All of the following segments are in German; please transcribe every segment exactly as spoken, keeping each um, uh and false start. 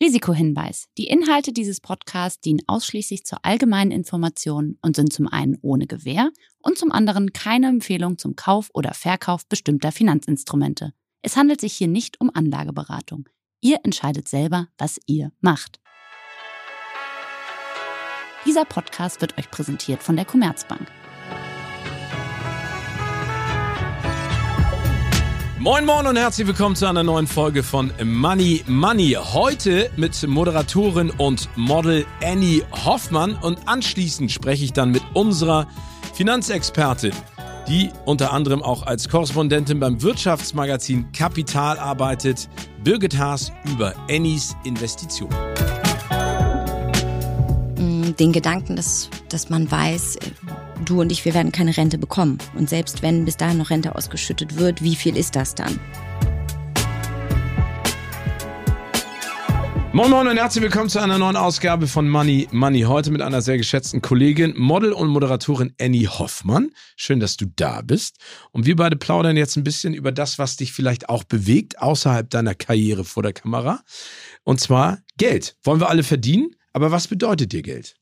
Risikohinweis. Die Inhalte dieses Podcasts dienen ausschließlich zur allgemeinen Information und sind zum einen ohne Gewähr und zum anderen keine Empfehlung zum Kauf oder Verkauf bestimmter Finanzinstrumente. Es handelt sich hier nicht um Anlageberatung. Ihr entscheidet selber, was ihr macht. Dieser Podcast wird euch präsentiert von der Commerzbank. Moin Moin und herzlich willkommen zu einer neuen Folge von Money Money. Heute mit Moderatorin und Model Annie Hoffmann und anschließend spreche ich dann mit unserer Finanzexpertin, die unter anderem auch als Korrespondentin beim Wirtschaftsmagazin Kapital arbeitet, Birgit Haas über Annies Investitionen. Den Gedanken, dass, dass man weiß, du und ich, wir werden keine Rente bekommen. Und selbst wenn bis dahin noch Rente ausgeschüttet wird, wie viel ist das dann? Moin Moin und herzlich willkommen zu einer neuen Ausgabe von Money Money. Heute mit einer sehr geschätzten Kollegin, Model und Moderatorin Annie Hoffmann. Schön, dass du da bist. Und wir beide plaudern jetzt ein bisschen über das, was dich vielleicht auch bewegt, außerhalb deiner Karriere vor der Kamera. Und zwar Geld. Wollen wir alle verdienen? Aber was bedeutet dir Geld?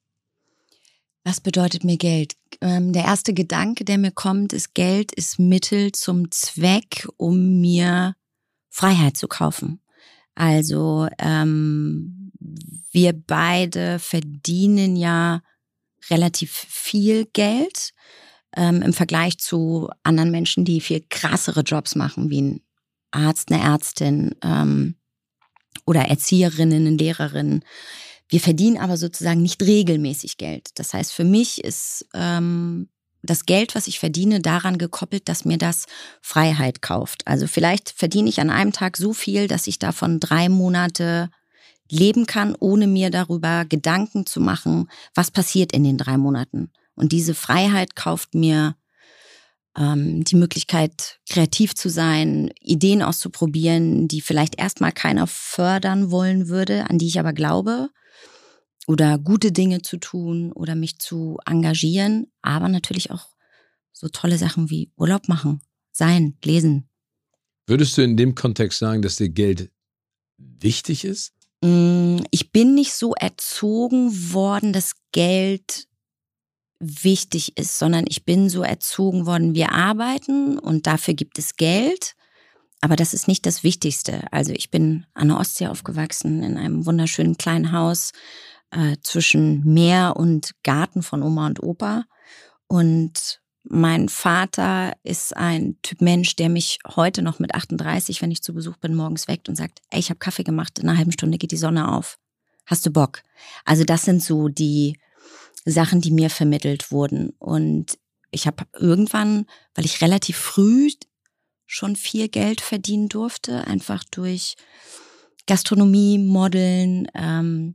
Was bedeutet mir Geld? Ähm, der erste Gedanke, der mir kommt, ist, Geld ist Mittel zum Zweck, um mir Freiheit zu kaufen. Also ähm, wir beide verdienen ja relativ viel Geld ähm, im Vergleich zu anderen Menschen, die viel krassere Jobs machen, wie ein Arzt, eine Ärztin ähm, oder Erzieherinnen, Lehrerinnen. Wir verdienen aber sozusagen nicht regelmäßig Geld. Das heißt, für mich ist ähm, das Geld, was ich verdiene, daran gekoppelt, dass mir das Freiheit kauft. Also vielleicht verdiene ich an einem Tag so viel, dass ich davon drei Monate leben kann, ohne mir darüber Gedanken zu machen, was passiert in den drei Monaten. Und diese Freiheit kauft mir ähm, die Möglichkeit, kreativ zu sein, Ideen auszuprobieren, die vielleicht erstmal keiner fördern wollen würde, an die ich aber glaube. Oder gute Dinge zu tun oder mich zu engagieren, aber natürlich auch so tolle Sachen wie Urlaub machen, sein, lesen. Würdest du in dem Kontext sagen, dass dir Geld wichtig ist? Ich bin nicht so erzogen worden, dass Geld wichtig ist, sondern ich bin so erzogen worden, wir arbeiten und dafür gibt es Geld, aber das ist nicht das Wichtigste. Also ich bin an der Ostsee aufgewachsen, in einem wunderschönen kleinen Haus, Äh, zwischen Meer und Garten von Oma und Opa. Und mein Vater ist ein Typ Mensch, der mich heute noch mit achtunddreißig, wenn ich zu Besuch bin, morgens weckt und sagt, ey, ich habe Kaffee gemacht, in einer halben Stunde geht die Sonne auf. Hast du Bock? Also das sind so die Sachen, die mir vermittelt wurden. Und ich habe irgendwann, weil ich relativ früh schon viel Geld verdienen durfte, einfach durch Gastronomie, Modeln, ähm,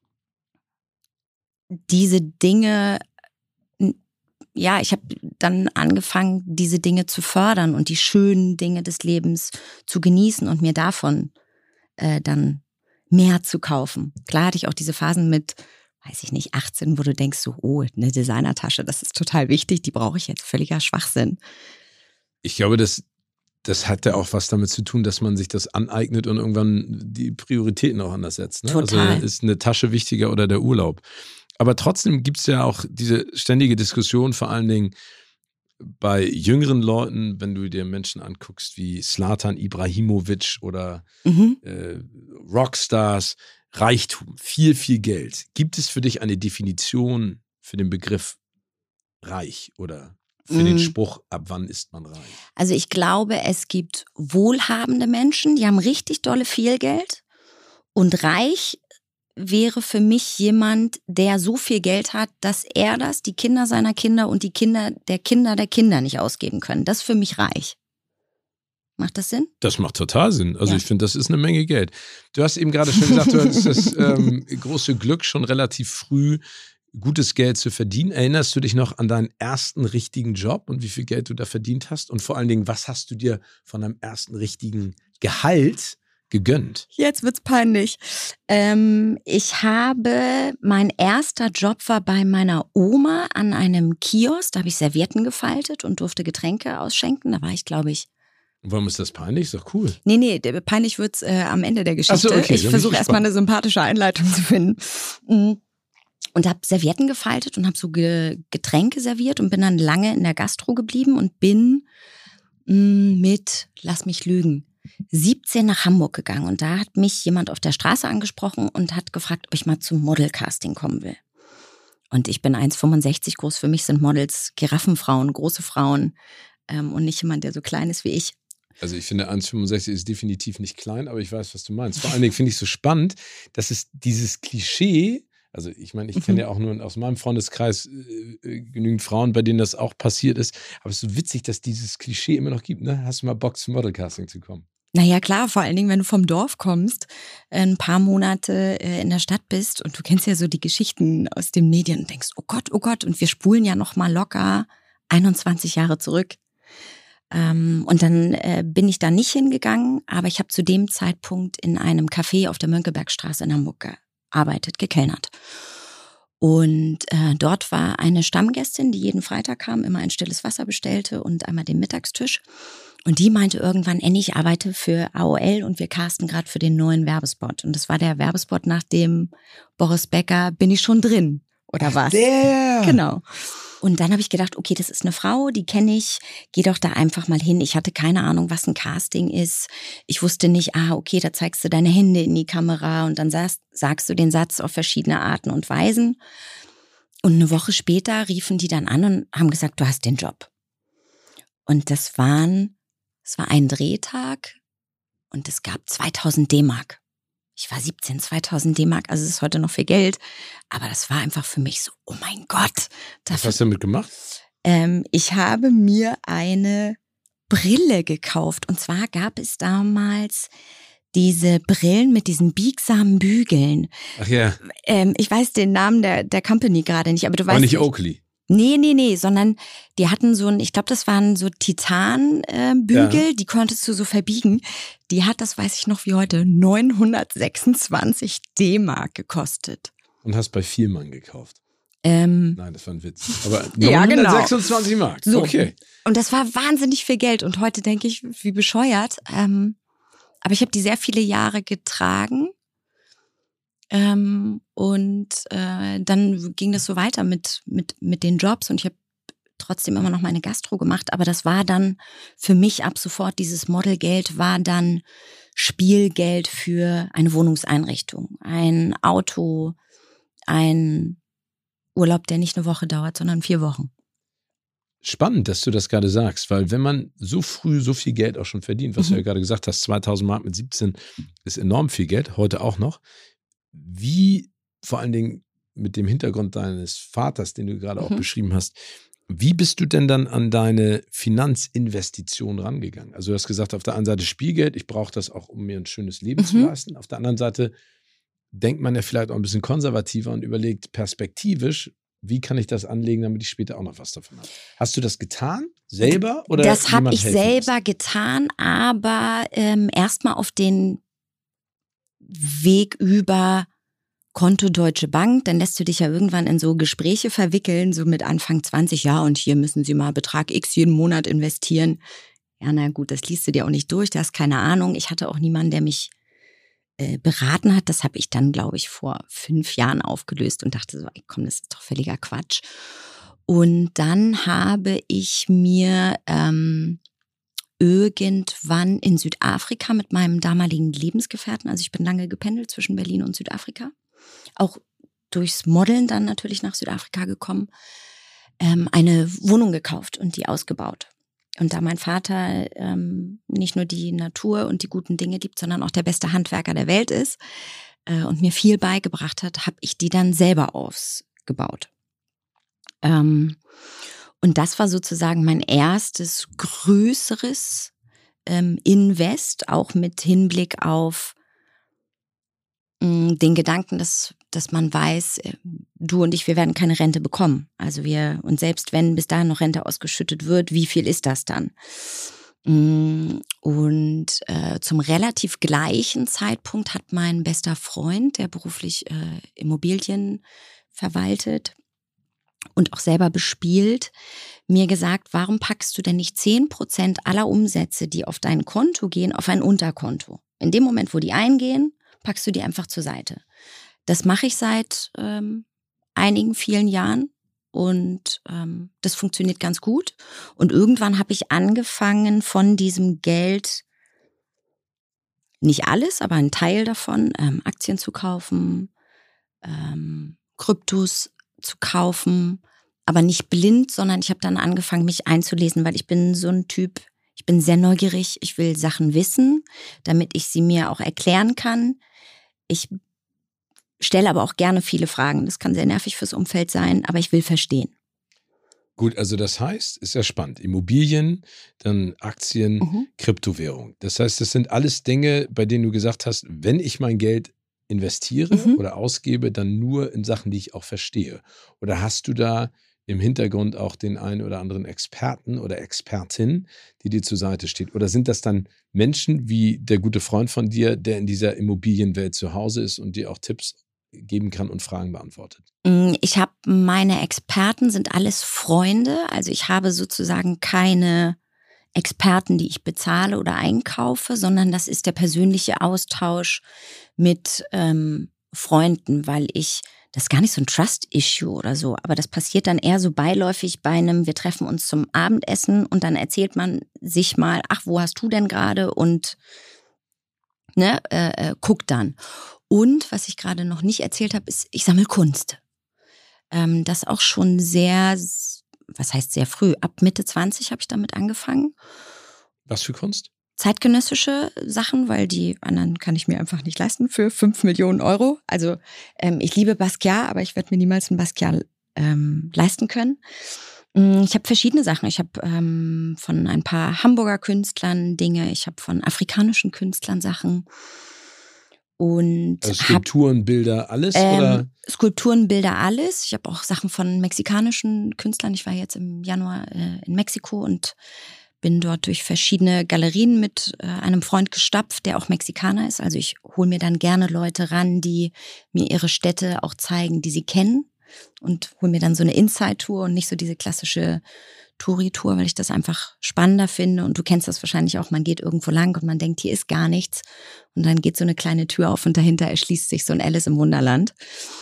diese Dinge, ja, ich habe dann angefangen, diese Dinge zu fördern und die schönen Dinge des Lebens zu genießen und mir davon äh, dann mehr zu kaufen. Klar hatte ich auch diese Phasen mit, weiß ich nicht, achtzehn, wo du denkst so, oh, eine Designertasche, das ist total wichtig, die brauche ich jetzt, völliger Schwachsinn. Ich glaube, das, das hat ja auch was damit zu tun, dass man sich das aneignet und irgendwann die Prioritäten auch anders setzt. Ne? Total. Also ist eine Tasche wichtiger oder der Urlaub? Aber trotzdem gibt es ja auch diese ständige Diskussion, vor allen Dingen bei jüngeren Leuten, wenn du dir Menschen anguckst wie Zlatan Ibrahimovic oder Mhm. äh, Rockstars, Reichtum, viel, viel Geld. Gibt es für dich eine Definition für den Begriff reich oder für Mhm. den Spruch, ab wann ist man reich? Also ich glaube, es gibt wohlhabende Menschen, die haben richtig dolle viel Geld und reich wäre für mich jemand, der so viel Geld hat, dass er das, die Kinder seiner Kinder und die Kinder der Kinder der Kinder nicht ausgeben können. Das ist für mich reich. Macht das Sinn? Das macht total Sinn. Also Ja. ich finde, das ist eine Menge Geld. Du hast eben gerade schon gesagt, du hattest das ähm, große Glück, schon relativ früh gutes Geld zu verdienen. Erinnerst du dich noch an deinen ersten richtigen Job und wie viel Geld du da verdient hast? Und vor allen Dingen, was hast du dir von deinem ersten richtigen Gehalt gegönnt? Jetzt wird's peinlich. Ähm, ich habe, mein erster Job war bei meiner Oma an einem Kiosk. Da habe ich Servietten gefaltet und durfte Getränke ausschenken. Da war ich, glaube ich, Warum ist das peinlich? Ist doch cool. Nee, nee, peinlich wird's äh, am Ende der Geschichte. Ach so, okay, ich versuche erstmal eine sympathische Einleitung zu finden. Und habe Servietten gefaltet und habe so Ge- Getränke serviert und bin dann lange in der Gastro geblieben und bin mh, mit, lass mich lügen, siebzehn nach Hamburg gegangen. Und da hat mich jemand auf der Straße angesprochen und hat gefragt, ob ich mal zum Modelcasting kommen will. Und ich bin eins Komma fünfundsechzig groß. Für mich sind Models Giraffenfrauen, große Frauen ähm, und nicht jemand, der so klein ist wie ich. Also ich finde, eins Komma fünfundsechzig ist definitiv nicht klein, aber ich weiß, was du meinst. Vor allen Dingen finde ich es so spannend, dass es dieses Klischee, also ich meine, ich kenne Mhm. ja auch nur aus meinem Freundeskreis äh, genügend Frauen, bei denen das auch passiert ist, aber es ist so witzig, dass dieses Klischee immer noch gibt. Ne? Hast du mal Bock, zum Modelcasting zu kommen? Naja, klar, vor allen Dingen, wenn du vom Dorf kommst, ein paar Monate äh, in der Stadt bist und du kennst ja so die Geschichten aus den Medien und denkst, oh Gott, oh Gott, und wir spulen ja noch mal locker einundzwanzig Jahre zurück. Ähm, und dann äh, bin ich da nicht hingegangen, aber ich habe zu dem Zeitpunkt in einem Café auf der Mönckebergstraße in Hamburg gearbeitet, gekellnert. Und äh, dort war eine Stammgästin, die jeden Freitag kam, immer ein stilles Wasser bestellte und einmal den Mittagstisch. Und die meinte irgendwann, Annie, ich arbeite für A O L und wir casten gerade für den neuen Werbespot. Und das war der Werbespot nach dem Boris Becker, bin ich schon drin oder was? Der! Genau. Und dann habe ich gedacht, okay, das ist eine Frau, die kenne ich, geh doch da einfach mal hin. Ich hatte keine Ahnung, was ein Casting ist. Ich wusste nicht, ah, okay, da zeigst du deine Hände in die Kamera und dann sagst, sagst du den Satz auf verschiedene Arten und Weisen. Und eine Woche später riefen die dann an und haben gesagt, du hast den Job. Und das waren, es war ein Drehtag und es gab zweitausend D-Mark. Ich war siebzehn, zweitausend D-Mark, also es ist heute noch viel Geld. Aber das war einfach für mich so, oh mein Gott. Was hast du damit gemacht? Ähm, ich habe mir eine Brille gekauft. Und zwar gab es damals diese Brillen mit diesen biegsamen Bügeln. Ach ja. Ähm, ich weiß den Namen der, der Company gerade nicht, aber du War weißt. nicht Oakley. Nee, nee, nee, sondern die hatten so ein, ich glaube, das waren so Titanbügel, äh, die konntest du so verbiegen. Die hat, das weiß ich noch wie heute, neunhundertsechsundzwanzig D-Mark gekostet. Und hast bei Vielmann gekauft. Ähm, Nein, das war ein Witz. Aber Ja, genau. neunhundertsechsundzwanzig Mark. So. Okay. Und das war wahnsinnig viel Geld. Und heute denke ich, wie bescheuert. Ähm, aber ich habe die sehr viele Jahre getragen. Ähm, und äh, dann ging das so weiter mit, mit, mit den Jobs. Und ich habe trotzdem immer noch meine Gastro gemacht. Aber das war dann für mich ab sofort, dieses Modelgeld war dann Spielgeld für eine Wohnungseinrichtung, ein Auto, ein Urlaub, der nicht eine Woche dauert, sondern vier Wochen. Spannend, dass du das gerade sagst, weil wenn man so früh so viel Geld auch schon verdient, was Mhm. du ja gerade gesagt hast, zweitausend Mark mit siebzehn ist enorm viel Geld, heute auch noch. Wie, vor allen Dingen mit dem Hintergrund deines Vaters, den du gerade auch Mhm. beschrieben hast, wie bist du denn dann an deine Finanzinvestition rangegangen? Also du hast gesagt, auf der einen Seite Spielgeld, ich brauche das auch, um mir ein schönes Leben Mhm. zu leisten. Auf der anderen Seite denkt man ja vielleicht auch ein bisschen konservativer und überlegt perspektivisch, wie kann ich das anlegen, damit ich später auch noch was davon habe. Hast du das getan? Selber? Oder das habe jemand ich helfen selber lassen? getan, aber ähm, erstmal auf den Weg über Konto Deutsche Bank, dann lässt du dich ja irgendwann in so Gespräche verwickeln, so mit Anfang zwanzig, ja, und hier müssen Sie mal Betrag X jeden Monat investieren. Ja, na gut, das liest du dir auch nicht durch, da hast keine Ahnung. Ich hatte auch niemanden, der mich äh, beraten hat. Das habe ich dann, glaube ich, vor fünf Jahren aufgelöst und dachte so, ey, komm, das ist doch völliger Quatsch. Und dann habe ich mir ähm, irgendwann in Südafrika mit meinem damaligen Lebensgefährten, also ich bin lange gependelt zwischen Berlin und Südafrika, auch durchs Modeln dann natürlich nach Südafrika gekommen, ähm, eine Wohnung gekauft und die ausgebaut. Und da mein Vater ähm, nicht nur die Natur und die guten Dinge liebt, sondern auch der beste Handwerker der Welt ist äh, und mir viel beigebracht hat, habe ich die dann selber ausgebaut. Ähm, und das war sozusagen mein erstes größeres ähm, Invest, auch mit Hinblick auf mh, den Gedanken, dass, dass man weiß, äh, du und ich, wir werden keine Rente bekommen. Also wir, und selbst wenn bis dahin noch Rente ausgeschüttet wird, wie viel ist das dann? Mh, und äh, zum relativ gleichen Zeitpunkt hat mein bester Freund, der beruflich äh, Immobilien verwaltet, und auch selber bespielt, mir gesagt, warum packst du denn nicht zehn Prozent aller Umsätze, die auf dein Konto gehen, auf ein Unterkonto? In dem Moment, wo die eingehen, packst du die einfach zur Seite. Das mache ich seit ähm, einigen vielen Jahren und ähm, das funktioniert ganz gut. Und irgendwann habe ich angefangen, von diesem Geld, nicht alles, aber einen Teil davon, ähm, Aktien zu kaufen, ähm, Kryptos zu kaufen, aber nicht blind, sondern ich habe dann angefangen, mich einzulesen, weil ich bin so ein Typ, ich bin sehr neugierig, ich will Sachen wissen, damit ich sie mir auch erklären kann. Ich stelle aber auch gerne viele Fragen. Das kann sehr nervig fürs Umfeld sein, aber ich will verstehen. Gut, also das heißt, ist ja spannend, Immobilien, dann Aktien, mhm. Kryptowährung. Das heißt, das sind alles Dinge, bei denen du gesagt hast, wenn ich mein Geld investiere mhm. oder ausgebe, dann nur in Sachen, die ich auch verstehe. Oder hast du da im Hintergrund auch den einen oder anderen Experten oder Expertin, die dir zur Seite steht? Oder sind das dann Menschen wie der gute Freund von dir, der in dieser Immobilienwelt zu Hause ist und dir auch Tipps geben kann und Fragen beantwortet? Ich habe, meine Experten sind alles Freunde. Also ich habe sozusagen keine Experten, die ich bezahle oder einkaufe, sondern das ist der persönliche Austausch mit ähm, Freunden, weil ich, das ist gar nicht so ein Trust-Issue oder so, aber das passiert dann eher so beiläufig bei einem, wir treffen uns zum Abendessen und dann erzählt man sich mal, ach, wo hast du denn gerade und ne, äh, äh, guckt dann. Und was ich gerade noch nicht erzählt habe, ist, ich sammle Kunst. Ähm, das auch schon sehr, was heißt sehr früh, ab Mitte zwanzig habe ich damit angefangen. Was für Kunst? Zeitgenössische Sachen, weil die anderen kann ich mir einfach nicht leisten für fünf Millionen Euro. Also ähm, ich liebe Basquiat, aber ich werde mir niemals einen Basquiat ähm, leisten können. Ich habe verschiedene Sachen. Ich habe ähm, von ein paar Hamburger Künstlern Dinge, ich habe von afrikanischen Künstlern Sachen. Und also Skulpturen, hab, Bilder, alles? Ähm, oder? Skulpturen, Bilder, alles. Ich habe auch Sachen von mexikanischen Künstlern. Ich war jetzt im Januar äh, in Mexiko und bin dort durch verschiedene Galerien mit äh, einem Freund gestapft, der auch Mexikaner ist. Also ich hole mir dann gerne Leute ran, die mir ihre Städte auch zeigen, die sie kennen. Und hole mir dann so eine Inside-Tour und nicht so diese klassische Touri-Tour, weil ich das einfach spannender finde. Und du kennst das wahrscheinlich auch, man geht irgendwo lang und man denkt, hier ist gar nichts. Und dann geht so eine kleine Tür auf und dahinter erschließt sich so ein Alice im Wunderland.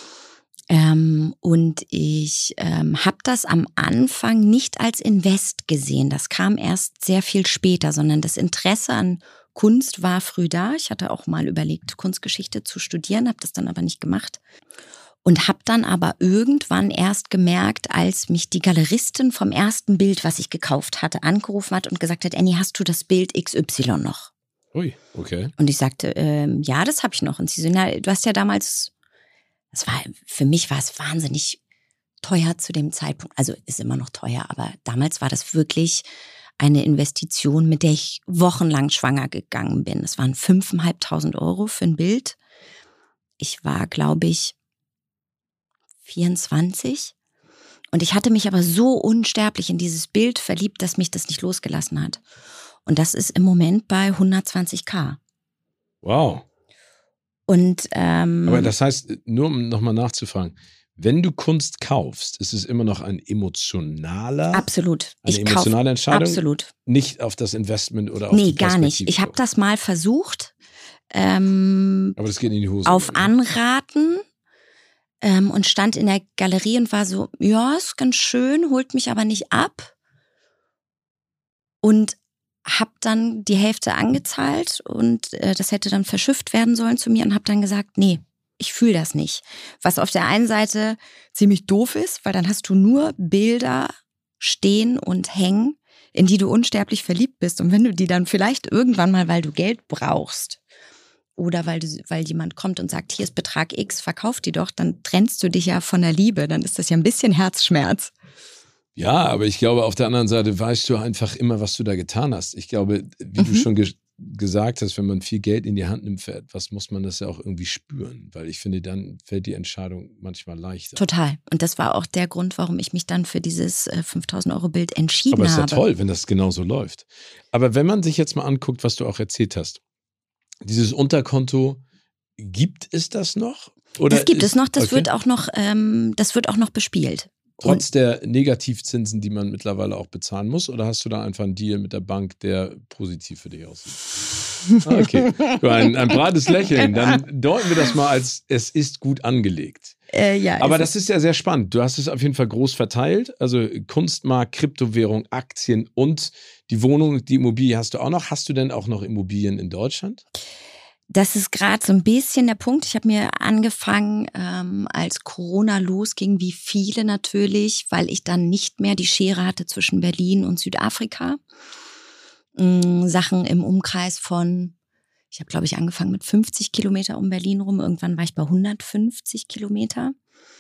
Ähm, und ich ähm, habe das am Anfang nicht als Invest gesehen. Das kam erst sehr viel später, sondern das Interesse an Kunst war früh da. Ich hatte auch mal überlegt, Kunstgeschichte zu studieren, habe das dann aber nicht gemacht. Und habe dann aber irgendwann erst gemerkt, als mich die Galeristin vom ersten Bild, was ich gekauft hatte, angerufen hat und gesagt hat, Annie, hast du das Bild X Y noch? Ui, okay. Und ich sagte, ähm, ja, das habe ich noch. Und sie so, na, du hast ja damals, das war, für mich war es wahnsinnig teuer zu dem Zeitpunkt. Also ist immer noch teuer, aber damals war das wirklich eine Investition, mit der ich wochenlang schwanger gegangen bin. Es waren fünftausendfünfhundert Euro für ein Bild. Ich war, glaube ich, vierundzwanzig. Und ich hatte mich aber so unsterblich in dieses Bild verliebt, dass mich das nicht losgelassen hat. Und das ist im Moment bei hundertzwanzigtausend. Wow. Und ähm, aber das heißt, nur um nochmal nachzufragen, wenn du Kunst kaufst, ist es immer noch ein emotionaler, absolut. eine ich emotionale kauf, Entscheidung? Absolut. Nicht auf das Investment oder auf nee, die Perspektive? Nee, gar nicht. Ich habe das mal versucht. Ähm, aber das geht in die Hose. Auf oder? Anraten. Ähm, und stand in der Galerie und war so, ja, ist ganz schön, holt mich aber nicht ab. Und hab dann die Hälfte angezahlt und äh, das hätte dann verschifft werden sollen zu mir und hab dann gesagt, nee, ich fühle das nicht. Was auf der einen Seite ziemlich doof ist, weil dann hast du nur Bilder stehen und hängen, in die du unsterblich verliebt bist. Und wenn du die dann vielleicht irgendwann mal, weil du Geld brauchst, oder weil, du, weil jemand kommt und sagt, hier ist Betrag X, verkauf die doch, dann trennst du dich ja von der Liebe. Dann ist das ja ein bisschen Herzschmerz. Ja, aber ich glaube, auf der anderen Seite weißt du einfach immer, was du da getan hast. Ich glaube, wie mhm. du schon ge- gesagt hast, wenn man viel Geld in die Hand nimmt für etwas, muss man das ja auch irgendwie spüren. Weil ich finde, dann fällt die Entscheidung manchmal leichter. Total. Und das war auch der Grund, warum ich mich dann für dieses äh, fünftausend Euro Bild entschieden habe. Aber es ist ja habe. toll, wenn das genauso läuft. Aber wenn man sich jetzt mal anguckt, was du auch erzählt hast, dieses Unterkonto, gibt es das noch? Oder das gibt ist, es noch, das okay. wird auch noch, ähm, das wird auch noch bespielt. Trotz und der Negativzinsen, die man mittlerweile auch bezahlen muss? Oder hast du da einfach einen Deal mit der Bank, der positiv für dich aussieht? Okay, ein, ein breites Lächeln. Dann deuten wir das mal als, es ist gut angelegt. Äh, ja, Aber das ist ja sehr spannend. Du hast es auf jeden Fall groß verteilt. Also Kunstmarkt, Kryptowährung, Aktien und die Wohnung, die Immobilie hast du auch noch. Hast du denn auch noch Immobilien in Deutschland? Das ist gerade so ein bisschen der Punkt. Ich habe mir angefangen, ähm, als Corona losging, wie viele natürlich, weil ich dann nicht mehr die Schere hatte zwischen Berlin und Südafrika. Ähm, Sachen im Umkreis von, ich habe glaube ich angefangen mit fünfzig Kilometer um Berlin rum. Irgendwann war ich bei hundertfünfzig Kilometer.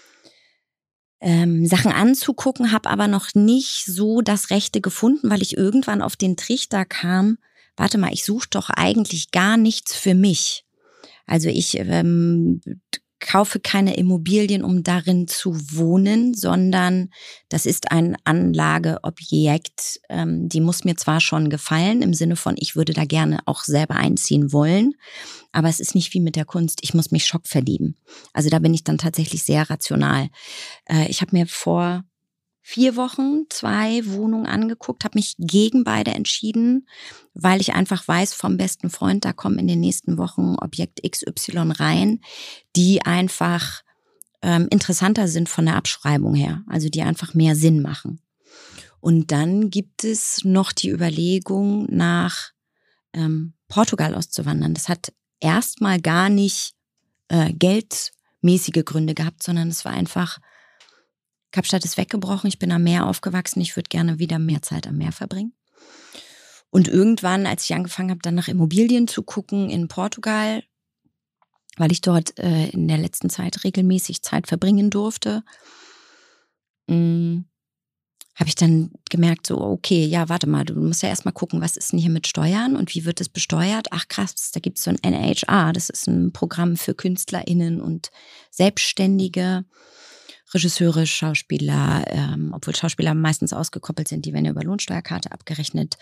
Ähm, Sachen anzugucken, habe aber noch nicht so das Rechte gefunden, weil ich irgendwann auf den Trichter kam, warte mal, ich suche doch eigentlich gar nichts für mich. Also ich ähm, kaufe keine Immobilien, um darin zu wohnen, sondern das ist ein Anlageobjekt. Ähm, die muss mir zwar schon gefallen, im Sinne von, ich würde da gerne auch selber einziehen wollen, aber es ist nicht wie mit der Kunst, ich muss mich schockverlieben. Also da bin ich dann tatsächlich sehr rational. Äh, ich habe mir vor vier Wochen zwei Wohnungen angeguckt, habe mich gegen beide entschieden, weil ich einfach weiß vom besten Freund, da kommen in den nächsten Wochen Objekt X Y rein, die einfach ähm, interessanter sind von der Abschreibung her, also die einfach mehr Sinn machen. Und dann gibt es noch die Überlegung, nach ähm, Portugal auszuwandern. Das hat erstmal gar nicht äh, geldmäßige Gründe gehabt, sondern es war einfach, Kapstadt ist weggebrochen, ich bin am Meer aufgewachsen, ich würde gerne wieder mehr Zeit am Meer verbringen. Und irgendwann, als ich angefangen habe, dann nach Immobilien zu gucken in Portugal, weil ich dort äh, in der letzten Zeit regelmäßig Zeit verbringen durfte, mh, habe ich dann gemerkt, so okay, ja, warte mal, du musst ja erstmal gucken, was ist denn hier mit Steuern und wie wird es besteuert? Ach krass, da gibt es so ein N H R, das ist ein Programm für KünstlerInnen und Selbstständige, Regisseure, Schauspieler, ähm, obwohl Schauspieler meistens ausgekoppelt sind, die werden ja über Lohnsteuerkarte abgerechnet,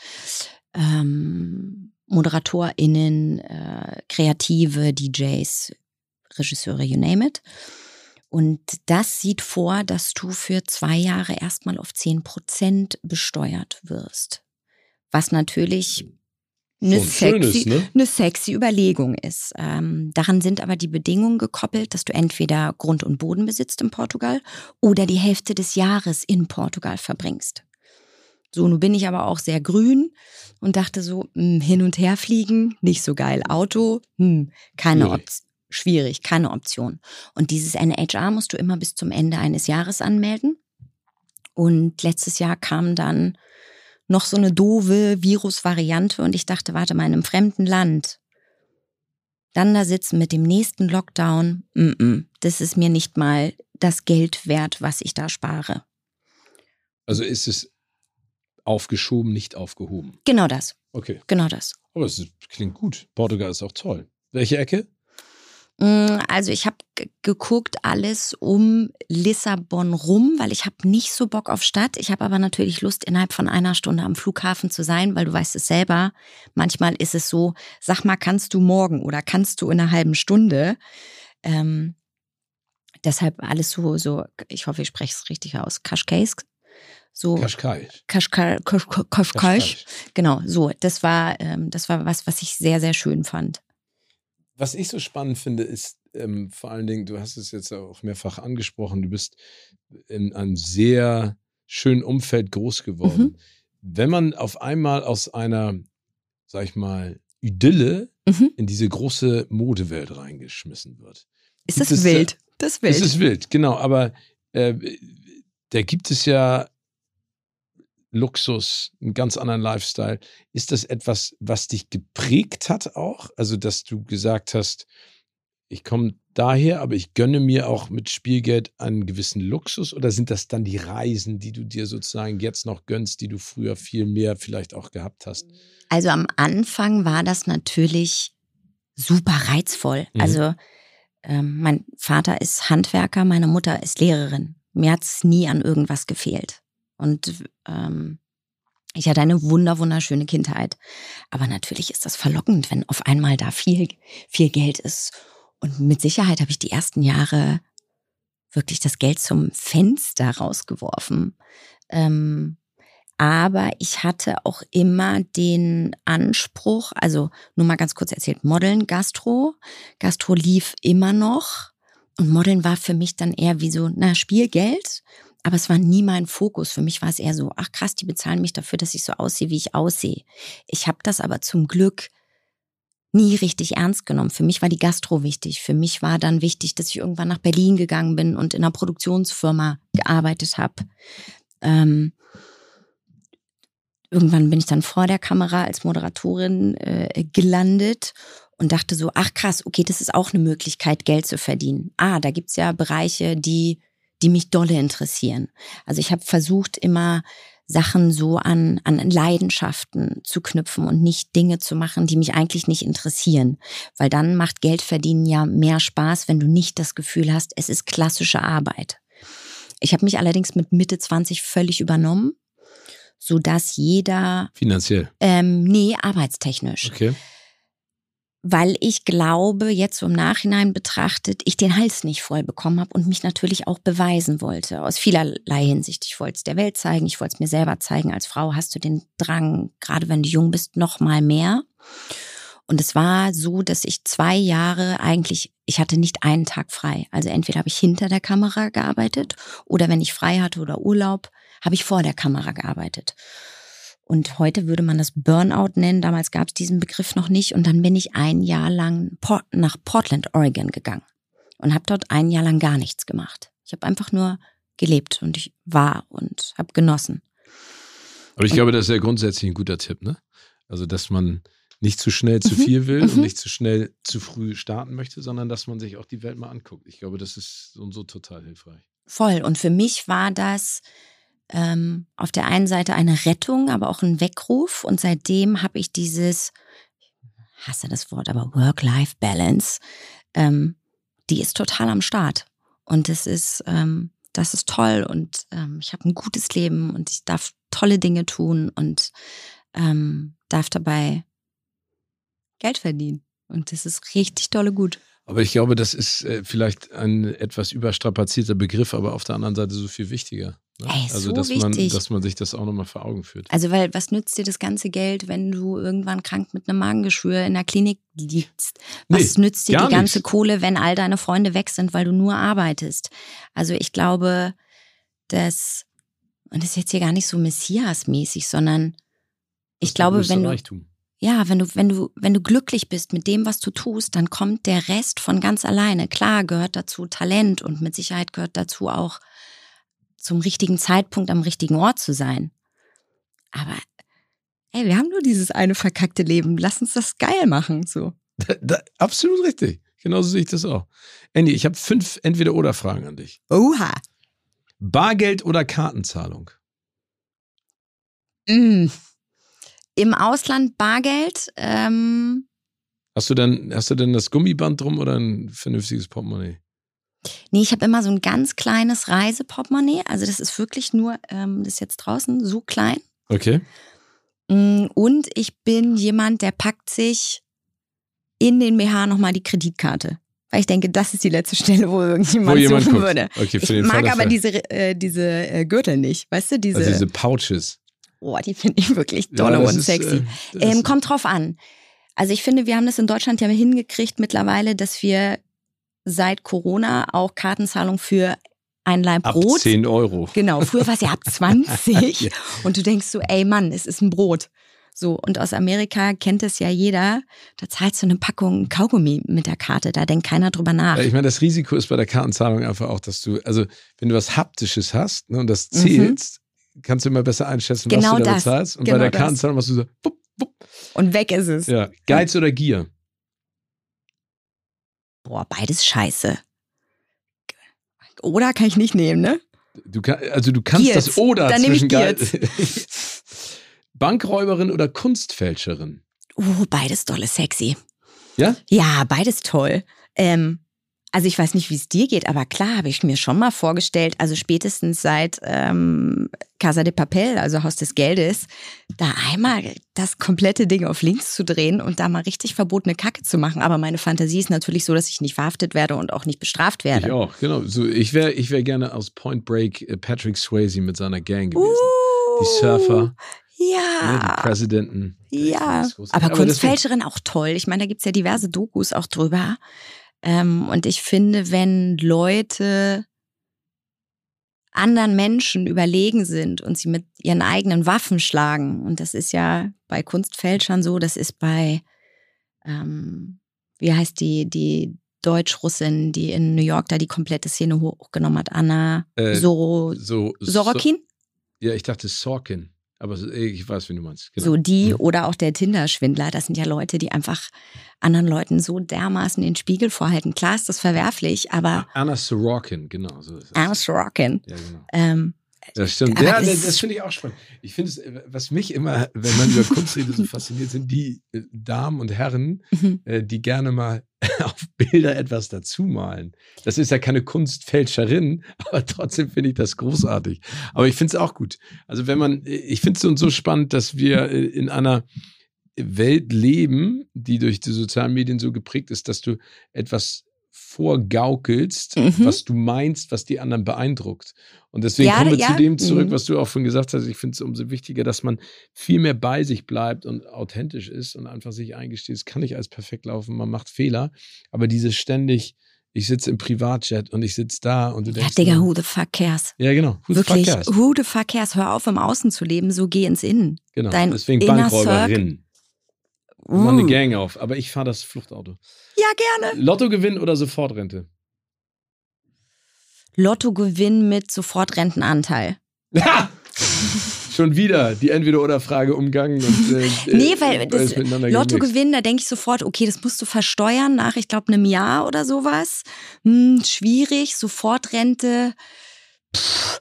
ähm, ModeratorInnen, äh, Kreative, D Js, Regisseure, you name it. Und das sieht vor, dass du für zwei Jahre erstmal auf zehn Prozent besteuert wirst. Was natürlich eine sexy, ist, ne? eine sexy Überlegung ist. Ähm, daran sind aber die Bedingungen gekoppelt, dass du entweder Grund und Boden besitzt in Portugal oder die Hälfte des Jahres in Portugal verbringst. So, nun bin ich aber auch sehr grün und dachte so, mh, hin und her fliegen, nicht so geil. Auto, hm, keine Option. Schwierig, keine Option. Und dieses N H R musst du immer bis zum Ende eines Jahres anmelden. Und letztes Jahr kam dann noch so eine doofe Virusvariante und ich dachte, warte mal, in einem fremden Land, dann da sitzen mit dem nächsten Lockdown, m-m, das ist mir nicht mal das Geld wert, was ich da spare. Also ist es aufgeschoben, nicht aufgehoben? Genau das. Okay. Genau das. Aber es klingt gut. Portugal ist auch toll. Welche Ecke? Also ich habe g- geguckt alles um Lissabon rum, weil ich habe nicht so Bock auf Stadt. Ich habe aber natürlich Lust, innerhalb von einer Stunde am Flughafen zu sein, weil du weißt es selber, manchmal ist es so, sag mal, kannst du morgen oder kannst du in einer halben Stunde? Ähm, deshalb alles so, so, ich hoffe, ich spreche es richtig aus, Cascais. So Cascais. Cascais. Cascais. Genau, so. Das war, ähm, das war was, was ich sehr, sehr schön fand. Was ich so spannend finde, ist ähm, vor allen Dingen, du hast es jetzt auch mehrfach angesprochen, du bist in einem sehr schönen Umfeld groß geworden. Mhm. Wenn man auf einmal aus einer, sag ich mal, Idylle mhm. in diese große Modewelt reingeschmissen wird. Ist das wild? Da, das ist wild. Es ist wild, genau. Aber äh, da gibt es ja Luxus, einen ganz anderen Lifestyle. Ist das etwas, was dich geprägt hat auch? Also, dass du gesagt hast, ich komme daher, aber ich gönne mir auch mit Spielgeld einen gewissen Luxus? Oder sind das dann die Reisen, die du dir sozusagen jetzt noch gönnst, die du früher viel mehr vielleicht auch gehabt hast? Also am Anfang war das natürlich super reizvoll. Mhm. Also ähm, mein Vater ist Handwerker, meine Mutter ist Lehrerin. Mir hat es nie an irgendwas gefehlt. Und ähm, ich hatte eine wunder, wunderschöne Kindheit. Aber natürlich ist das verlockend, wenn auf einmal da viel, viel Geld ist. Und mit Sicherheit habe ich die ersten Jahre wirklich das Geld zum Fenster rausgeworfen. Ähm, aber ich hatte auch immer den Anspruch, also nur mal ganz kurz erzählt, Modeln, Gastro. Gastro lief immer noch und Modeln war für mich dann eher wie so, na, Spielgeld. Aber es war nie mein Fokus. Für mich war es eher so, ach krass, die bezahlen mich dafür, dass ich so aussehe, wie ich aussehe. Ich habe das aber zum Glück nie richtig ernst genommen. Für mich war die Gastro wichtig. Für mich war dann wichtig, dass ich irgendwann nach Berlin gegangen bin und in einer Produktionsfirma gearbeitet habe. Ähm, irgendwann bin ich dann vor der Kamera als Moderatorin äh, gelandet und dachte so, ach krass, okay, das ist auch eine Möglichkeit, Geld zu verdienen. Ah, da gibt's ja Bereiche, die die mich dolle interessieren. Also ich habe versucht, immer Sachen so an, an Leidenschaften zu knüpfen und nicht Dinge zu machen, die mich eigentlich nicht interessieren. Weil dann macht Geldverdienen ja mehr Spaß, wenn du nicht das Gefühl hast, es ist klassische Arbeit. Ich habe mich allerdings mit Mitte zwanzig völlig übernommen, sodass jeder... Finanziell? Ähm, nee, arbeitstechnisch. Okay. Weil ich glaube, jetzt so im Nachhinein betrachtet, ich den Hals nicht voll bekommen habe und mich natürlich auch beweisen wollte. Aus vielerlei Hinsicht. Ich wollte es der Welt zeigen, ich wollte es mir selber zeigen. Als Frau hast du den Drang, gerade wenn du jung bist, noch mal mehr. Und es war so, dass ich zwei Jahre eigentlich, ich hatte nicht einen Tag frei. Also entweder habe ich hinter der Kamera gearbeitet oder wenn ich frei hatte oder Urlaub, habe ich vor der Kamera gearbeitet. Und heute würde man das Burnout nennen. Damals gab es diesen Begriff noch nicht. Und dann bin ich ein Jahr lang nach Portland, Oregon gegangen und habe dort ein Jahr lang gar nichts gemacht. Ich habe einfach nur gelebt und ich war und habe genossen. Aber ich und, glaube, das ist ja grundsätzlich ein guter Tipp, ne? Also, dass man nicht zu schnell zu viel will mhm. und nicht zu schnell zu früh starten möchte, sondern dass man sich auch die Welt mal anguckt. Ich glaube, das ist so und so total hilfreich. Voll. Und für mich war das Ähm, auf der einen Seite eine Rettung, aber auch ein Weckruf. Und seitdem habe ich dieses, ich hasse das Wort, aber Work-Life-Balance, ähm, die ist total am Start. Und das ist, ähm, das ist toll. Und ähm, ich habe ein gutes Leben und ich darf tolle Dinge tun und ähm, darf dabei Geld verdienen. Und das ist richtig dolle gut. Aber ich glaube, das ist äh, vielleicht ein etwas überstrapazierter Begriff, aber auf der anderen Seite so viel wichtiger. Ne? Ey, also, so dass wichtig. man, dass man sich das auch nochmal vor Augen führt. Also, weil was nützt dir das ganze Geld, wenn du irgendwann krank mit einem Magengeschwür in der Klinik liegst? Was Nee, nützt dir gar die ganze nichts. Kohle, wenn all deine Freunde weg sind, weil du nur arbeitest? Also, ich glaube, dass, und das ist jetzt hier gar nicht so Messias-mäßig, sondern ich Das glaube, größte wenn du, Reichtum. ja, wenn du, wenn du, wenn du glücklich bist mit dem, was du tust, dann kommt der Rest von ganz alleine. Klar gehört dazu Talent und mit Sicherheit gehört dazu auch, zum richtigen Zeitpunkt am richtigen Ort zu sein. Aber ey, wir haben nur dieses eine verkackte Leben. Lass uns das geil machen. So. Da, da, absolut richtig. Genauso sehe ich das auch. Andy, ich habe fünf Entweder-Oder-Fragen an dich. Oha. Bargeld oder Kartenzahlung? Mm. Im Ausland Bargeld. Ähm, Hast du denn, hast du denn das Gummiband drum oder ein vernünftiges Portemonnaie? nee, ich habe immer so ein ganz kleines Reiseportemonnaie. Also das ist wirklich nur, ähm, das ist jetzt draußen so klein. Okay. Und ich bin jemand, der packt sich in den B H nochmal die Kreditkarte. Weil ich denke, das ist die letzte Stelle, wo irgendjemand Wo jemand suchen guckt. würde. Okay, für ich den mag Fall aber dafür. diese, äh, diese äh, Gürtel nicht. Weißt du, diese, Also diese Pouches. oh, die finde ich wirklich dolle Ja, das und ist, sexy. äh, das ähm, ist- kommt drauf an. Also ich finde, wir haben das in Deutschland ja hingekriegt mittlerweile, dass wir seit Corona auch Kartenzahlung für ein Laib Ab Brot. zehn Euro. Genau, früher war es ja ab zwanzig. Ja. Und du denkst so, ey Mann, es ist ein Brot. So, und aus Amerika kennt es ja jeder, da zahlst du eine Packung Kaugummi mit der Karte, da denkt keiner drüber nach. Ich meine, das Risiko ist bei der Kartenzahlung einfach auch, dass du, also wenn du was Haptisches hast, ne, und das zählst, kannst du immer besser einschätzen, Genau was du da das. bezahlst. Und Genau bei der das. Kartenzahlung machst du so, bup, bup. Und weg ist es. Ja. Geiz oder Gier? Boah, beides scheiße. Oder kann ich nicht nehmen, ne? Du kann, also du kannst Giert's. das Oder Dann nehme ich zwischen Geiz. Giert's. Bankräuberin oder Kunstfälscherin? Oh, beides dolle sexy. Ja? Ja, beides toll. Ähm, Also ich weiß nicht, wie es dir geht, aber klar habe ich mir schon mal vorgestellt, also spätestens seit ähm, Casa de Papel, also Haus des Geldes, da einmal das komplette Ding auf links zu drehen und da mal richtig verbotene Kacke zu machen. Aber meine Fantasie ist natürlich so, dass ich nicht verhaftet werde und auch nicht bestraft werde. Ich auch, genau. So, ich wäre ich wär gerne aus Point Break äh, Patrick Swayze mit seiner Gang gewesen. Uh, die Surfer, ja, ne, die Präsidenten. Ja, aber, aber Kunstfälscherin auch toll. Ich meine, da gibt's ja diverse Dokus auch drüber. Ähm, und ich finde, wenn Leute anderen Menschen überlegen sind und sie mit ihren eigenen Waffen schlagen, und das ist ja bei Kunstfälschern so, das ist bei, ähm, wie heißt die, die Deutsch-Russin, die in New York da die komplette Szene hochgenommen hat, Anna äh, so, so, Sorokin? So, ja, ich dachte Sorkin. Aber ich weiß, wie du meinst. Genau. So die mhm. oder auch der Tinder-Schwindler, das sind ja Leute, die einfach anderen Leuten so dermaßen den Spiegel vorhalten. Klar ist das verwerflich, aber... Anna Sorokin, genau. So ist Anna Sorokin. Ja, genau. Ähm, das stimmt. Ja, das, das finde ich auch spannend. Ich finde es, was mich immer, wenn man über Kunst redet, so fasziniert, sind die äh, Damen und Herren, mhm. äh, die gerne mal auf Bilder etwas dazu malen. Das ist ja keine Kunstfälscherin, aber trotzdem finde ich das großartig. Aber ich finde es auch gut. Also wenn man, ich finde es so und so spannend, dass wir in einer Welt leben, die durch die sozialen Medien so geprägt ist, dass du etwas vorgaukelst, mhm. was du meinst, was die anderen beeindruckt. Und deswegen ja, kommen wir ja. zu dem zurück, was du auch schon gesagt hast. Ich finde es umso wichtiger, dass man viel mehr bei sich bleibt und authentisch ist und einfach sich eingesteht, es kann nicht alles perfekt laufen, man macht Fehler, aber dieses ständig, ich sitze im Privatjet und ich sitze da und du denkst... Ja, Digga, who the fuck cares? Ja, genau. Who Wirklich, who the fuck cares? Hör auf, im Außen zu leben, so geh ins Innen. Genau, Dein deswegen Bankräuberin. Uh. Mach eine Gang auf, aber ich fahre das Fluchtauto. Ja, gerne. Lottogewinn oder Sofortrente? Lottogewinn mit Sofortrentenanteil. Ha! Schon wieder die Entweder-oder-Frage umgangen. Und, äh, nee, weil das Lottogewinn, da denke ich sofort, okay, das musst du versteuern nach, ich glaube, einem Jahr oder sowas. Hm, schwierig, Sofortrente. Pff.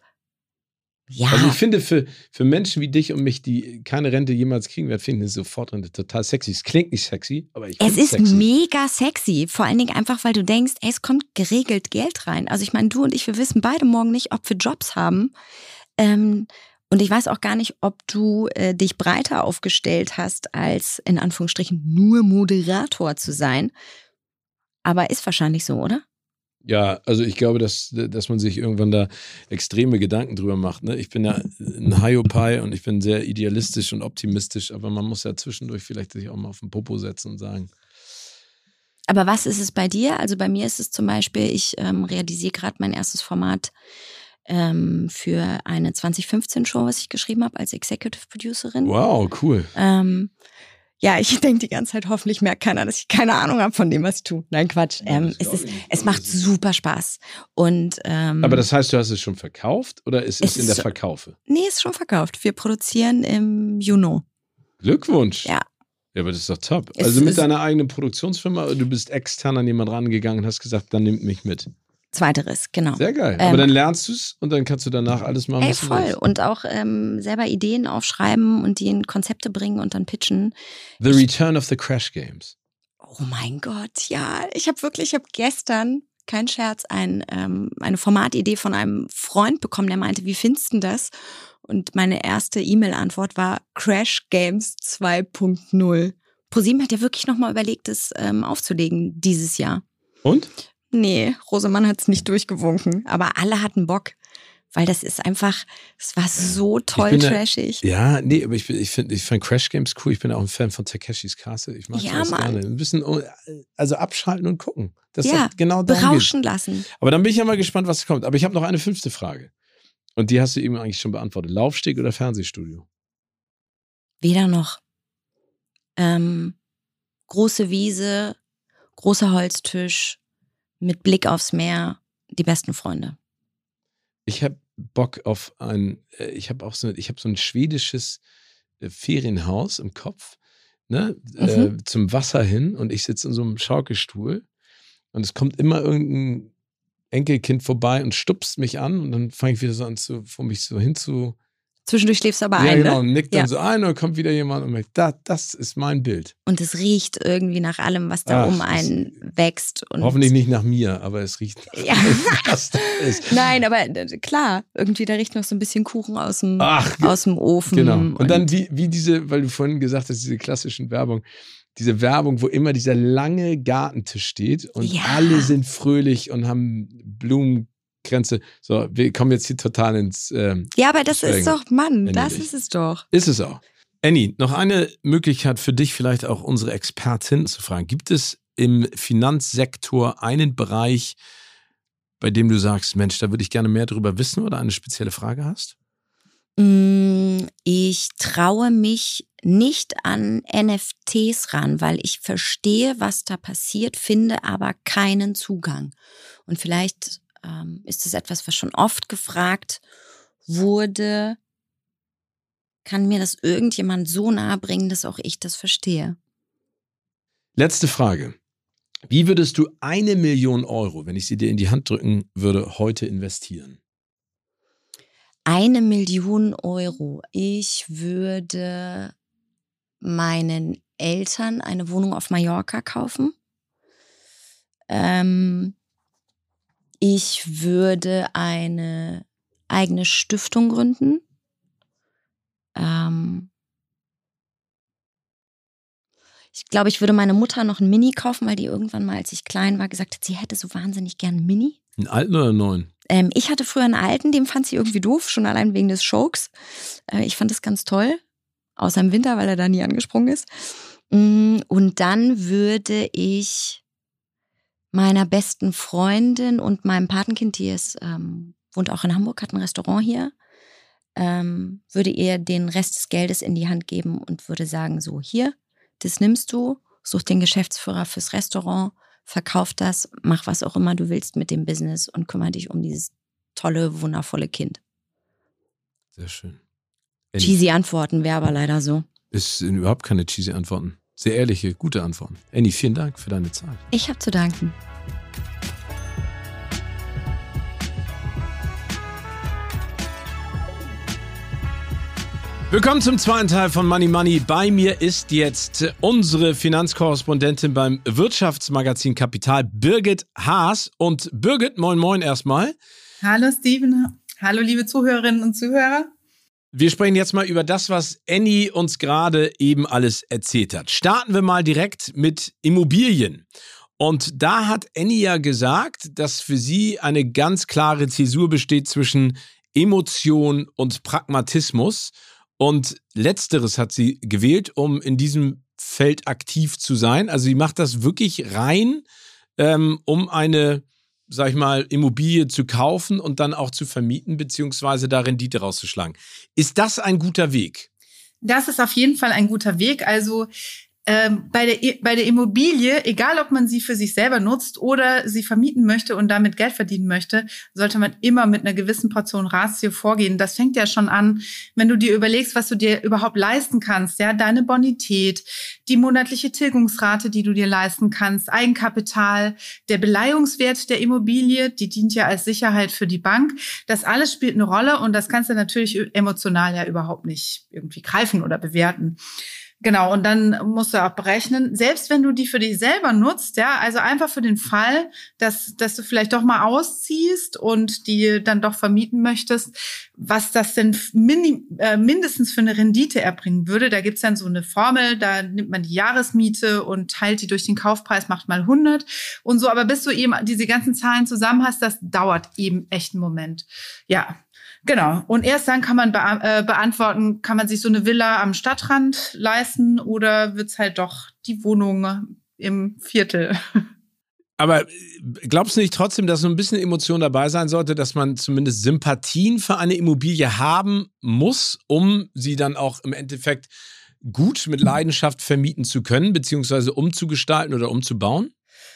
Ja. Also ich finde, für, für Menschen wie dich und mich, die keine Rente jemals kriegen werden, finde ich eine Sofortrente total sexy. Es klingt nicht sexy, aber ich finde es ist sexy. Mega sexy. Vor allen Dingen einfach, weil du denkst, ey, es kommt geregelt Geld rein. Also ich meine, du und ich, wir wissen beide morgen nicht, ob wir Jobs haben. Ähm, und ich weiß auch gar nicht, ob du äh, dich breiter aufgestellt hast, als in Anführungsstrichen nur Moderator zu sein. Aber ist wahrscheinlich so, oder? Ja, also ich glaube, dass, dass man sich irgendwann da extreme Gedanken drüber macht. Ne? Ich bin ja ein Hiopai und ich bin sehr idealistisch und optimistisch, aber man muss ja zwischendurch vielleicht sich auch mal auf den Popo setzen und sagen. Aber was ist es bei dir? Also bei mir ist es zum Beispiel, ich ähm, realisiere gerade mein erstes Format ähm, für eine zwanzig fünfzehn Show, was ich geschrieben habe als Executive Producerin. Wow, cool. Ähm, Ja, ich denke die ganze Zeit, hoffentlich merkt keiner, dass ich keine Ahnung habe von dem, was ich tue. Nein, Quatsch. Ähm, es ist, es macht super Spaß. Und, ähm, aber das heißt, du hast es schon verkauft oder ist es, es in der ist, Verkaufe? Nee, es ist schon verkauft. Wir produzieren im Juni. Glückwunsch. Ja. Ja, aber das ist doch top. Es also mit ist, deiner eigenen Produktionsfirma oder du bist extern an jemanden rangegangen und hast gesagt, dann nimmt mich mit. Zweiteres, genau. Sehr geil. Ähm, aber dann lernst du es und dann kannst du danach alles machen. Ey, voll. Willst. Und auch ähm, selber Ideen aufschreiben und die in Konzepte bringen und dann pitchen. The ich, Return of the Crash Games. Oh mein Gott, ja. Ich habe wirklich, ich habe gestern, kein Scherz, ein, ähm, eine Formatidee von einem Freund bekommen, der meinte, wie findest du das? Und meine erste E-Mail-Antwort war Crash Games zwei Punkt null. ProSieben hat ja wirklich nochmal überlegt, das ähm, aufzulegen dieses Jahr. Und? Nee, Rosemann hat es nicht durchgewunken, aber alle hatten Bock, weil das ist einfach, es war so toll trashig. Ja, nee, aber ich, ich finde ich find Crash Games cool, ich bin auch ein Fan von Takeshis Castle, ich mag ja, das Mann. gerne. Ein bisschen, also abschalten und gucken. Das ja, ist genau berauschen geht. lassen. Aber dann bin ich ja mal gespannt, was kommt. Aber ich habe noch eine fünfte Frage und die hast du eben eigentlich schon beantwortet. Laufsteg oder Fernsehstudio? Weder noch. Ähm, große Wiese, großer Holztisch, mit Blick aufs Meer, die besten Freunde. Ich habe Bock auf ein, ich habe auch so, ich habe so ein schwedisches Ferienhaus im Kopf, ne, mhm. äh, zum Wasser hin und ich sitze in so einem Schaukelstuhl und es kommt immer irgendein Enkelkind vorbei und stupst mich an und dann fange ich wieder so an, zu, vor mich so hin zu Zwischendurch schläfst du aber ja, ein, genau, ne? nickt dann Ja. so ein und kommt wieder jemand und merkt, da, das ist mein Bild. Und es riecht irgendwie nach allem, was da Ach, um einen wächst. Und hoffentlich nicht nach mir, aber es riecht nach Ja. allem, was da ist. Nein, aber äh, klar, irgendwie da riecht noch so ein bisschen Kuchen aus dem, Ach, aus dem Ofen. genau. Und, und dann wie, wie diese, weil du vorhin gesagt hast, diese klassischen Werbung, diese Werbung, wo immer dieser lange Gartentisch steht und Ja. alle sind fröhlich und haben Blumenkränze. So, wir kommen jetzt hier total ins ähm, Ja, aber das Schwelgen. ist doch, Mann, Annie das nicht. ist es doch. Ist es auch. Annie, noch eine Möglichkeit für dich, vielleicht auch unsere Expertin zu fragen. Gibt es im Finanzsektor einen Bereich, bei dem du sagst, Mensch, da würde ich gerne mehr drüber wissen oder eine spezielle Frage hast? Ich traue mich nicht an N F Ts ran, weil ich verstehe, was da passiert, finde aber keinen Zugang. Und vielleicht ähm, ist es etwas, was schon oft gefragt wurde. Kann mir das irgendjemand so nahe bringen, dass auch ich das verstehe? Letzte Frage. Wie würdest du eine Million Euro, wenn ich sie dir in die Hand drücken würde, heute investieren? Eine Million Euro. Ich würde meinen Eltern eine Wohnung auf Mallorca kaufen. Ähm, ich würde eine eigene Stiftung gründen. Ähm, ich glaube, ich würde meiner Mutter noch ein Mini kaufen, weil die irgendwann mal, als ich klein war, gesagt hat, sie hätte so wahnsinnig gern ein Mini. Einen alten oder einen neuen? Ähm, ich hatte früher einen alten, den fand sie irgendwie doof, schon allein wegen des Schokes. Äh, ich fand das ganz toll, außer im Winter, weil er da nie angesprungen ist. Und dann würde ich meiner besten Freundin und meinem Patenkind, die ist, ähm, wohnt auch in Hamburg, hat ein Restaurant hier, ähm, würde ihr den Rest des Geldes in die Hand geben und würde sagen, so hier, das nimmst du, such den Geschäftsführer fürs Restaurant, verkauf das, mach was auch immer du willst mit dem Business und kümmere dich um dieses tolle, wundervolle Kind. Sehr schön. Cheesy Antworten wäre aber leider so. Es sind überhaupt keine cheesy Antworten. Sehr ehrliche, gute Antworten. Annie, vielen Dank für deine Zeit. Ich habe zu danken. Willkommen zum zweiten Teil von Money Money. Bei mir ist jetzt unsere Finanzkorrespondentin beim Wirtschaftsmagazin Kapital, Birgit Haas. Und Birgit, moin moin erstmal. Hallo Steven, hallo liebe Zuhörerinnen und Zuhörer. Wir sprechen jetzt mal über das, was Annie uns gerade eben alles erzählt hat. Starten wir mal direkt mit Immobilien. Und da hat Annie ja gesagt, dass für sie eine ganz klare Zäsur besteht zwischen Emotion und Pragmatismus. Und Letzteres hat sie gewählt, um in diesem Feld aktiv zu sein. Also sie macht das wirklich rein, ähm, um eine, sag ich mal, Immobilie zu kaufen und dann auch zu vermieten, beziehungsweise da Rendite rauszuschlagen. Ist das ein guter Weg? Das ist auf jeden Fall ein guter Weg. Also ähm, bei der, bei der Immobilie, egal ob man sie für sich selber nutzt oder sie vermieten möchte und damit Geld verdienen möchte, sollte man immer mit einer gewissen Portion Ratio vorgehen. Das fängt ja schon an, wenn du dir überlegst, was du dir überhaupt leisten kannst. Ja, deine Bonität, die monatliche Tilgungsrate, die du dir leisten kannst, Eigenkapital, der Beleihungswert der Immobilie, die dient ja als Sicherheit für die Bank. Das alles spielt eine Rolle und das kannst du natürlich emotional ja überhaupt nicht irgendwie greifen oder bewerten. Genau, und dann musst du auch berechnen, selbst wenn du die für dich selber nutzt, ja, also einfach für den Fall, dass dass du vielleicht doch mal ausziehst und die dann doch vermieten möchtest, was das denn mini, äh, mindestens für eine Rendite erbringen würde. Da gibt's dann so eine Formel, da nimmt man die Jahresmiete und teilt die durch den Kaufpreis, macht mal hundert und so. Aber bis du eben diese ganzen Zahlen zusammen hast, das dauert eben echt einen Moment. Ja. Genau. Und erst dann kann man be- äh, beantworten, kann man sich so eine Villa am Stadtrand leisten oder wird's halt doch die Wohnung im Viertel? Aber glaubst du nicht trotzdem, dass so ein bisschen Emotion dabei sein sollte, dass man zumindest Sympathien für eine Immobilie haben muss, um sie dann auch im Endeffekt gut mit Leidenschaft vermieten zu können, beziehungsweise umzugestalten oder umzubauen?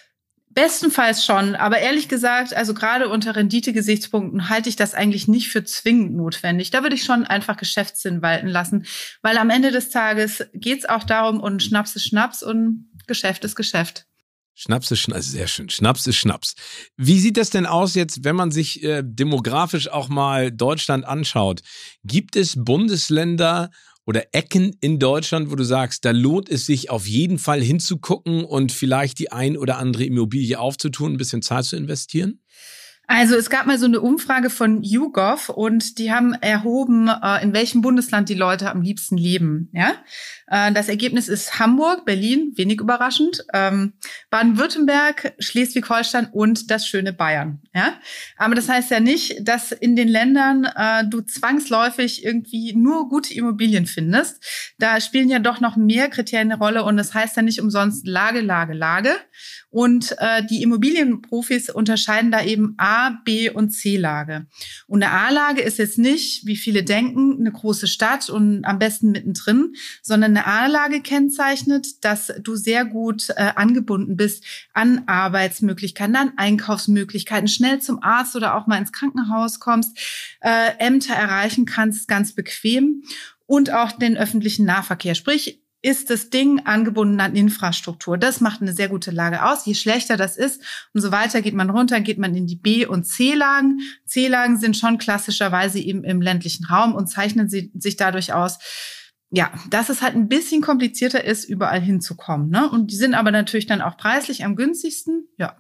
Bestenfalls schon, aber ehrlich gesagt, also gerade unter Rendite-Gesichtspunkten halte ich das eigentlich nicht für zwingend notwendig. Da würde ich schon einfach Geschäftssinn walten lassen, weil am Ende des Tages geht's auch darum, und Schnaps ist Schnaps und Geschäft ist Geschäft. Schnaps ist Schnaps, sehr schön. Schnaps ist Schnaps. Wie sieht das denn aus jetzt, wenn man sich äh, demografisch auch mal Deutschland anschaut? Gibt es Bundesländer oder Ecken in Deutschland, wo du sagst, da lohnt es sich auf jeden Fall hinzugucken und vielleicht die ein oder andere Immobilie aufzutun, ein bisschen Zeit zu investieren? Also es gab mal so eine Umfrage von YouGov und die haben erhoben, in welchem Bundesland die Leute am liebsten leben. Ja, das Ergebnis ist Hamburg, Berlin, wenig überraschend, Baden-Württemberg, Schleswig-Holstein und das schöne Bayern. Ja, aber das heißt ja nicht, dass in den Ländern du zwangsläufig irgendwie nur gute Immobilien findest. Da spielen ja doch noch mehr Kriterien eine Rolle und das heißt ja nicht umsonst Lage, Lage, Lage. Und äh, die Immobilienprofis unterscheiden da eben A, B und C-Lage. Und eine A-Lage ist jetzt nicht, wie viele denken, eine große Stadt und am besten mittendrin, sondern eine A-Lage kennzeichnet, dass du sehr gut äh, angebunden bist an Arbeitsmöglichkeiten, an Einkaufsmöglichkeiten, schnell zum Arzt oder auch mal ins Krankenhaus kommst, äh, Ämter erreichen kannst, ganz bequem und auch den öffentlichen Nahverkehr. Sprich, ist das Ding angebunden an Infrastruktur. Das macht eine sehr gute Lage aus. Je schlechter das ist, umso weiter geht man runter, geht man in die B- und C-Lagen. C-Lagen sind schon klassischerweise eben im ländlichen Raum und zeichnen sie, sich dadurch aus, ja, dass es halt ein bisschen komplizierter ist, überall hinzukommen, ne? Und die sind aber natürlich dann auch preislich am günstigsten, ja.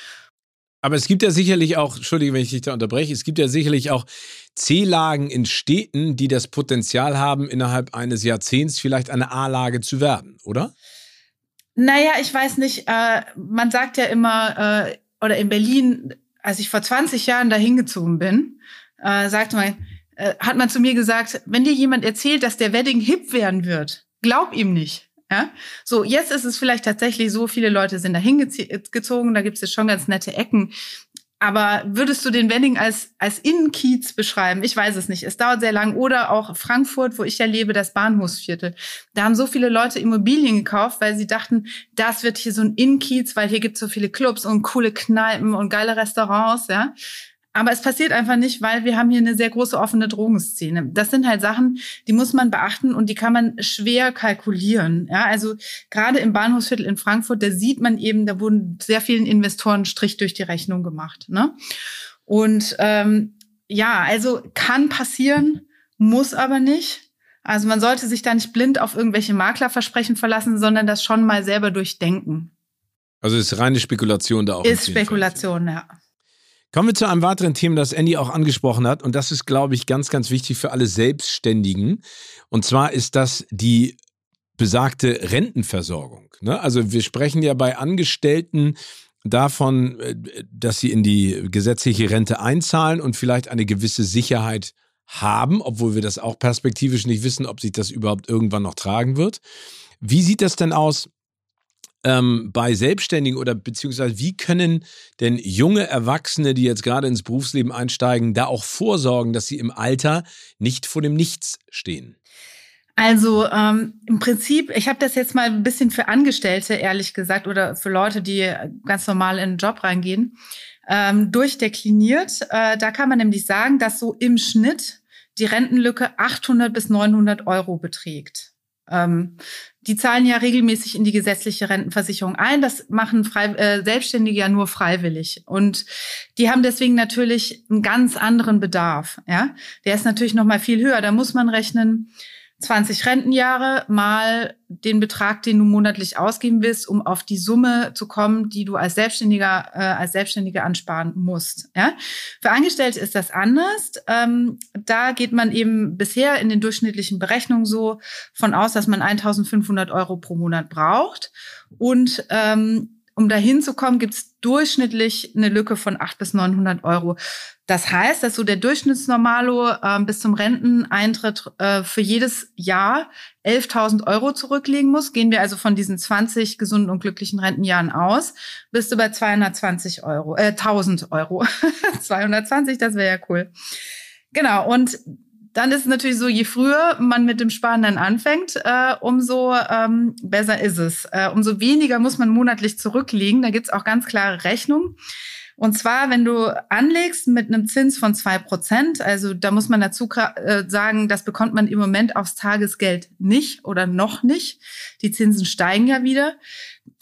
Aber es gibt ja sicherlich auch, Entschuldige, wenn ich dich da unterbreche, es gibt ja sicherlich auch C-Lagen in Städten, die das Potenzial haben, innerhalb eines Jahrzehnts vielleicht eine A-Lage zu werden, oder? Naja, ich weiß nicht, äh, man sagt ja immer, äh, oder in Berlin, als ich vor zwanzig Jahren da hingezogen bin, äh, sagte man, äh, hat man zu mir gesagt, wenn dir jemand erzählt, dass der Wedding hip werden wird, glaub ihm nicht. Ja, so jetzt ist es vielleicht tatsächlich so, viele Leute sind da hingezogen, da gibt es jetzt schon ganz nette Ecken. Aber würdest du den Wedding als als Innenkiez beschreiben? Ich weiß es nicht. Es dauert sehr lang. Oder auch Frankfurt, wo ich ja lebe, das Bahnhofsviertel. Da haben so viele Leute Immobilien gekauft, weil sie dachten, das wird hier so ein Innenkiez, weil hier gibt es so viele Clubs und coole Kneipen und geile Restaurants, ja. Aber es passiert einfach nicht, weil wir haben hier eine sehr große offene Drogenszene. Das sind halt Sachen, die muss man beachten und die kann man schwer kalkulieren. Ja, also gerade im Bahnhofsviertel in Frankfurt, da sieht man eben, da wurden sehr vielen Investoren Strich durch die Rechnung gemacht. Ne? Und ähm, ja, also kann passieren, muss aber nicht. Also man sollte sich da nicht blind auf irgendwelche Maklerversprechen verlassen, sondern das schon mal selber durchdenken. Also ist reine Spekulation da auch. Ist Spekulation, ja. Kommen wir zu einem weiteren Thema, das Andy auch angesprochen hat. Und das ist, glaube ich, ganz, ganz wichtig für alle Selbstständigen. Und zwar ist das die besagte Rentenversorgung. Ne? Also wir sprechen ja bei Angestellten davon, dass sie in die gesetzliche Rente einzahlen und vielleicht eine gewisse Sicherheit haben, obwohl wir das auch perspektivisch nicht wissen, ob sich das überhaupt irgendwann noch tragen wird. Wie sieht das denn aus Ähm, bei Selbstständigen oder beziehungsweise wie können denn junge Erwachsene, die jetzt gerade ins Berufsleben einsteigen, da auch vorsorgen, dass sie im Alter nicht vor dem Nichts stehen? Also ähm, im Prinzip, ich habe das jetzt mal ein bisschen für Angestellte, ehrlich gesagt, oder für Leute, die ganz normal in den Job reingehen, ähm, durchdekliniert. Äh, da kann man nämlich sagen, dass so im Schnitt die Rentenlücke achthundert bis neunhundert Euro beträgt. Ähm, die zahlen ja regelmäßig in die gesetzliche Rentenversicherung ein. Das machen frei, äh, Selbstständige ja nur freiwillig. Und die haben deswegen natürlich einen ganz anderen Bedarf. Ja, der ist natürlich noch mal viel höher. Da muss man rechnen, zwanzig Rentenjahre mal den Betrag, den du monatlich ausgeben willst, um auf die Summe zu kommen, die du als Selbstständiger, äh, als Selbstständige ansparen musst. Ja? Für Angestellte ist das anders. Ähm, da geht man eben bisher in den durchschnittlichen Berechnungen so von aus, dass man eintausendfünfhundert Euro pro Monat braucht. Und ähm, um dahin zu kommen, gibt es durchschnittlich eine Lücke von achthundert bis neunhundert Euro. Das heißt, dass so der Durchschnittsnormalo äh, bis zum Renteneintritt äh, für jedes Jahr elftausend Euro zurücklegen muss. Gehen wir also von diesen zwanzig gesunden und glücklichen Rentenjahren aus, bist du bei zweihundertzwanzig Euro, äh, tausend Euro. zweihundertzwanzig, das wäre ja cool. Genau, und dann ist es natürlich so, je früher man mit dem Sparen dann anfängt, äh, umso ähm, besser ist es. Äh, umso weniger muss man monatlich zurücklegen. Da gibt's auch ganz klare Rechnungen. Und zwar, wenn du anlegst mit einem Zins von zwei Prozent, also da muss man dazu äh, sagen, das bekommt man im Moment aufs Tagesgeld nicht oder noch nicht. Die Zinsen steigen ja wieder.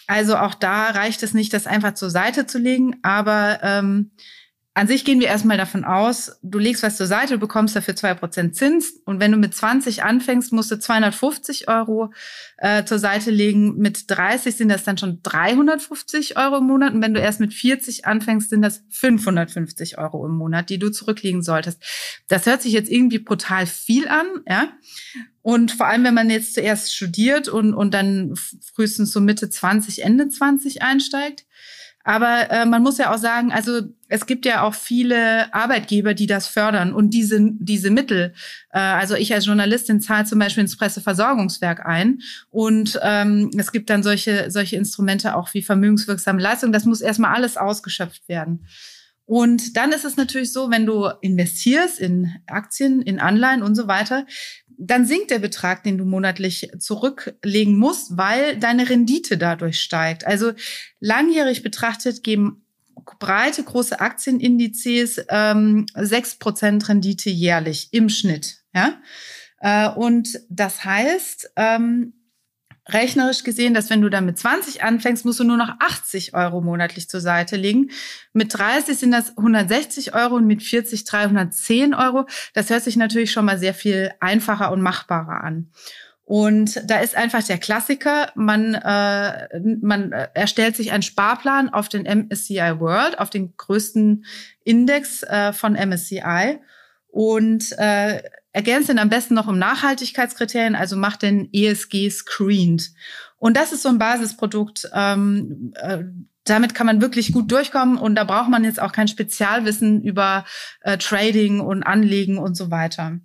Also auch da reicht es nicht, das einfach zur Seite zu legen. Aber ähm, an sich gehen wir erstmal davon aus, du legst was zur Seite, du bekommst dafür zwei Prozent Zins. Und wenn du mit zwanzig anfängst, musst du zweihundertfünfzig Euro äh, zur Seite legen. Mit dreißig sind das dann schon dreihundertfünfzig Euro im Monat. Und wenn du erst mit vierzig anfängst, sind das fünfhundertfünfzig Euro im Monat, die du zurücklegen solltest. Das hört sich jetzt irgendwie brutal viel an, ja. Und vor allem, wenn man jetzt zuerst studiert und, und dann frühestens so Mitte zwanzig, Ende zwanzig einsteigt. Aber äh, man muss ja auch sagen, also es gibt ja auch viele Arbeitgeber, die das fördern und diese diese Mittel. Äh, also ich als Journalistin zahle zum Beispiel ins Presseversorgungswerk ein und ähm, es gibt dann solche solche Instrumente auch wie vermögenswirksame Leistungen. Das muss erstmal alles ausgeschöpft werden. Und dann ist es natürlich so, wenn du investierst in Aktien, in Anleihen und so weiter, dann sinkt der Betrag, den du monatlich zurücklegen musst, weil deine Rendite dadurch steigt. Also langjährig betrachtet geben breite, große Aktienindizes ähm, sechs Prozent Rendite jährlich im Schnitt. Ja? Äh, und das heißt, ähm, rechnerisch gesehen, dass wenn du dann mit zwanzig anfängst, musst du nur noch achtzig Euro monatlich zur Seite legen. Mit dreißig sind das hundertsechzig Euro und mit vierzig dreihundertzehn Euro. Das hört sich natürlich schon mal sehr viel einfacher und machbarer an. Und da ist einfach der Klassiker, man, äh, man erstellt sich einen Sparplan auf den M S C I World, auf den größten Index äh, von M S C I und äh, ergänzt ihn am besten noch um Nachhaltigkeitskriterien, also macht den E S G screened. Und das ist so ein Basisprodukt, ähm, äh, damit kann man wirklich gut durchkommen und da braucht man jetzt auch kein Spezialwissen über äh, Trading und Anlegen und so weiter.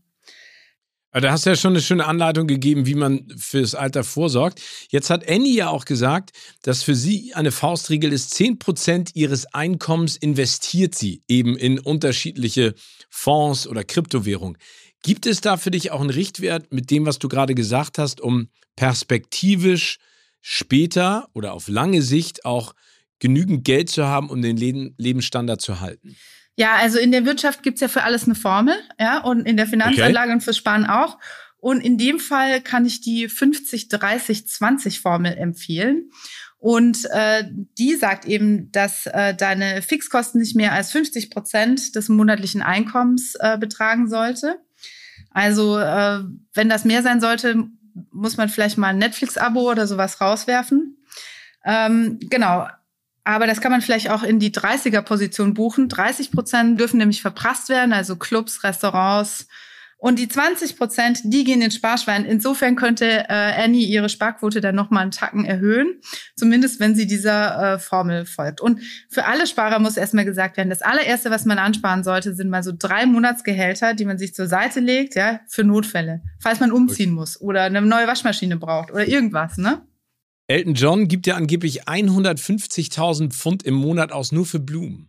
Da hast du ja schon eine schöne Anleitung gegeben, wie man fürs Alter vorsorgt. Jetzt hat Annie ja auch gesagt, dass für sie eine Faustregel ist, zehn Prozent ihres Einkommens investiert sie eben in unterschiedliche Fonds oder Kryptowährungen. Gibt es da für dich auch einen Richtwert mit dem, was du gerade gesagt hast, um perspektivisch später oder auf lange Sicht auch genügend Geld zu haben, um den Leben, Lebensstandard zu halten? Ja, also in der Wirtschaft gibt's ja für alles eine Formel, ja, und in der Finanzanlage okay. und fürs Sparen auch. Und in dem Fall kann ich die fünfzig dreißig zwanzig Formel empfehlen. Und äh, die sagt eben, dass äh, deine Fixkosten nicht mehr als fünfzig Prozent des monatlichen Einkommens äh, betragen sollte. Also äh, wenn das mehr sein sollte, muss man vielleicht mal ein Netflix-Abo oder sowas rauswerfen. Ähm, genau. Aber das kann man vielleicht auch in die dreißiger-Position buchen. dreißig Prozent dürfen nämlich verprasst werden, also Clubs, Restaurants. Und die zwanzig Prozent, die gehen in den Sparschwein. Insofern könnte äh, Annie ihre Sparquote dann noch mal einen Tacken erhöhen. Zumindest, wenn sie dieser äh, Formel folgt. Und für alle Sparer muss erstmal gesagt werden, das allererste, was man ansparen sollte, sind mal so drei Monatsgehälter, die man sich zur Seite legt, ja, für Notfälle. Falls man umziehen muss oder eine neue Waschmaschine braucht oder irgendwas, ne? Elton John gibt ja angeblich hundertfünfzigtausend Pfund im Monat aus, nur für Blumen.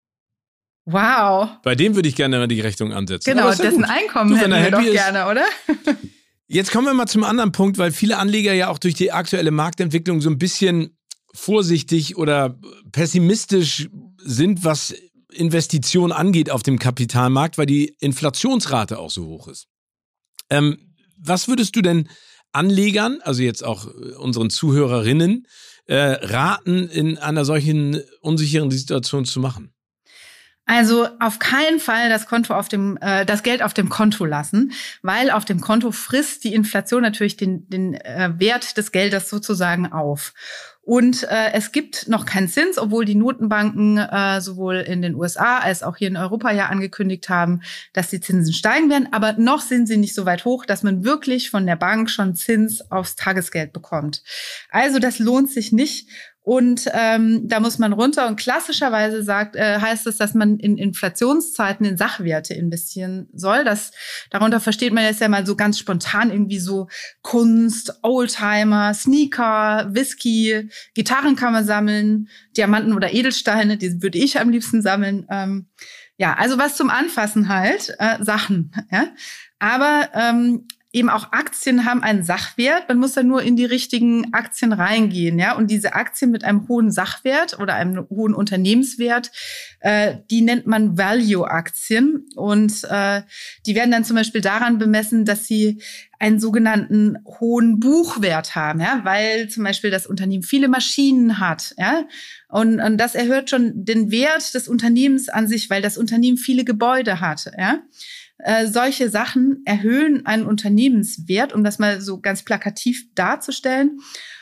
Wow. Bei dem würde ich gerne die Rechnung ansetzen. Genau, dessen gut. Einkommen du, hätten wir doch ist. gerne, oder? Jetzt kommen wir mal zum anderen Punkt, weil viele Anleger ja auch durch die aktuelle Marktentwicklung so ein bisschen vorsichtig oder pessimistisch sind, was Investitionen angeht auf dem Kapitalmarkt, weil die Inflationsrate auch so hoch ist. Ähm, was würdest du denn Anlegern, also jetzt auch unseren Zuhörerinnen, äh, raten, in einer solchen unsicheren Situation zu machen? Also auf keinen Fall das Konto auf dem, äh, das Geld auf dem Konto lassen, weil auf dem Konto frisst die Inflation natürlich den, den äh, Wert des Geldes sozusagen auf. Und äh, es gibt noch keinen Zins, obwohl die Notenbanken äh, sowohl in den U S A als auch hier in Europa ja angekündigt haben, dass die Zinsen steigen werden. Aber noch sind sie nicht so weit hoch, dass man wirklich von der Bank schon Zins aufs Tagesgeld bekommt. Also das lohnt sich nicht. Und ähm, da muss man runter. Und klassischerweise sagt, äh, heißt es, dass man in Inflationszeiten in Sachwerte investieren soll. Das, darunter versteht man jetzt ja mal so ganz spontan irgendwie so Kunst, Oldtimer, Sneaker, Whisky, Gitarren kann man sammeln, Diamanten oder Edelsteine, die würde ich am liebsten sammeln. Ähm, ja, also was zum Anfassen halt, äh, Sachen. Ja? Aber ähm, eben auch Aktien haben einen Sachwert. Man muss da nur in die richtigen Aktien reingehen, ja. Und diese Aktien mit einem hohen Sachwert oder einem hohen Unternehmenswert, äh, die nennt man Value-Aktien. Und äh, die werden dann zum Beispiel daran bemessen, dass sie einen sogenannten hohen Buchwert haben, ja, weil zum Beispiel das Unternehmen viele Maschinen hat, ja, und, und das erhöht schon den Wert des Unternehmens an sich, weil das Unternehmen viele Gebäude hat, ja. Äh, solche Sachen erhöhen einen Unternehmenswert, um das mal so ganz plakativ darzustellen.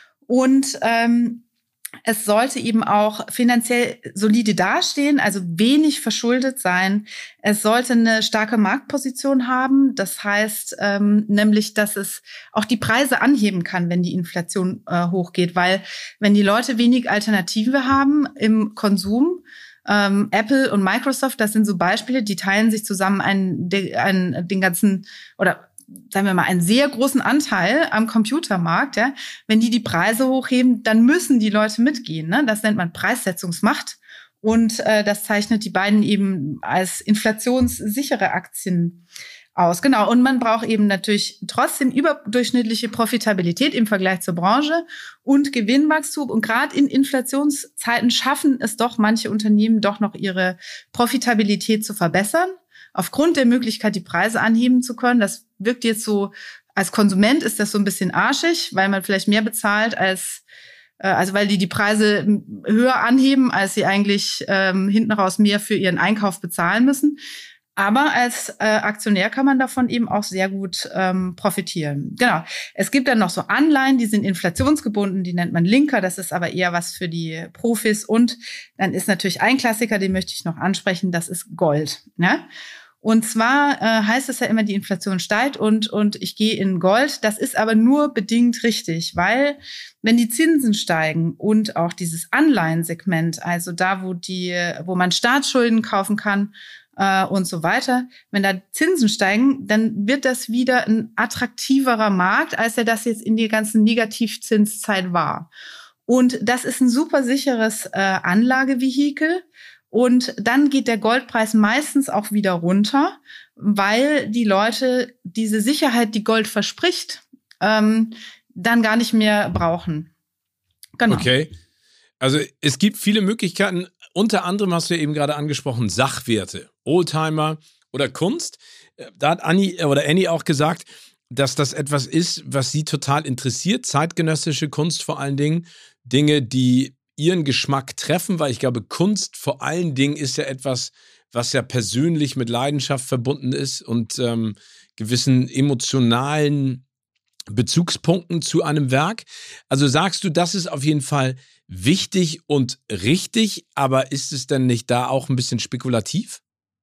Und ähm, es sollte eben auch finanziell solide dastehen, also wenig verschuldet sein. Es sollte eine starke Marktposition haben. Das heißt ähm, nämlich, dass es auch die Preise anheben kann, wenn die Inflation äh, hochgeht. Weil wenn die Leute wenig Alternative haben im Konsum, ähm, Apple und Microsoft, das sind so Beispiele, die teilen sich zusammen einen, einen, den ganzen oder sagen wir mal, einen sehr großen Anteil am Computermarkt, ja. Wenn die die Preise hochheben, dann müssen die Leute mitgehen, ne? Das nennt man Preissetzungsmacht. Und äh, das zeichnet die beiden eben als inflationssichere Aktien aus. Genau. Und man braucht eben natürlich trotzdem überdurchschnittliche Profitabilität im Vergleich zur Branche und Gewinnwachstum. Und gerade in Inflationszeiten schaffen es doch manche Unternehmen doch noch ihre Profitabilität zu verbessern. Aufgrund der Möglichkeit, die Preise anheben zu können. Das wirkt jetzt so, als Konsument ist das so ein bisschen arschig, weil man vielleicht mehr bezahlt als, äh, also weil die die Preise höher anheben, als sie eigentlich ähm, hinten raus mehr für ihren Einkauf bezahlen müssen. Aber als äh, Aktionär kann man davon eben auch sehr gut ähm, profitieren. Genau. Es gibt dann noch so Anleihen, die sind inflationsgebunden, die nennt man Linker. Das ist aber eher was für die Profis. Und dann ist natürlich ein Klassiker, den möchte ich noch ansprechen, das ist Gold. Ja? Und zwar äh, heißt es ja immer, die Inflation steigt und und ich gehe in Gold. Das ist aber nur bedingt richtig, weil wenn die Zinsen steigen und auch dieses Anleihensegment, also da, wo die, wo man Staatsschulden kaufen kann äh, und so weiter, wenn da Zinsen steigen, dann wird das wieder ein attraktiverer Markt, als er das jetzt in die ganzen Negativzinszeit war. Und das ist ein super sicheres äh, Anlagevehikel. Und dann geht der Goldpreis meistens auch wieder runter, weil die Leute diese Sicherheit, die Gold verspricht, ähm, dann gar nicht mehr brauchen. Genau. Okay. Also es gibt viele Möglichkeiten. Unter anderem hast du ja eben gerade angesprochen, Sachwerte, Oldtimer oder Kunst. Da hat Anni oder Annie auch gesagt, dass das etwas ist, was sie total interessiert. Zeitgenössische Kunst vor allen Dingen. Dinge, die ihren Geschmack treffen, weil ich glaube, Kunst vor allen Dingen ist ja etwas, was ja persönlich mit Leidenschaft verbunden ist und ähm, gewissen emotionalen Bezugspunkten zu einem Werk. Also sagst du, das ist auf jeden Fall wichtig und richtig, aber ist es denn nicht da auch ein bisschen spekulativ?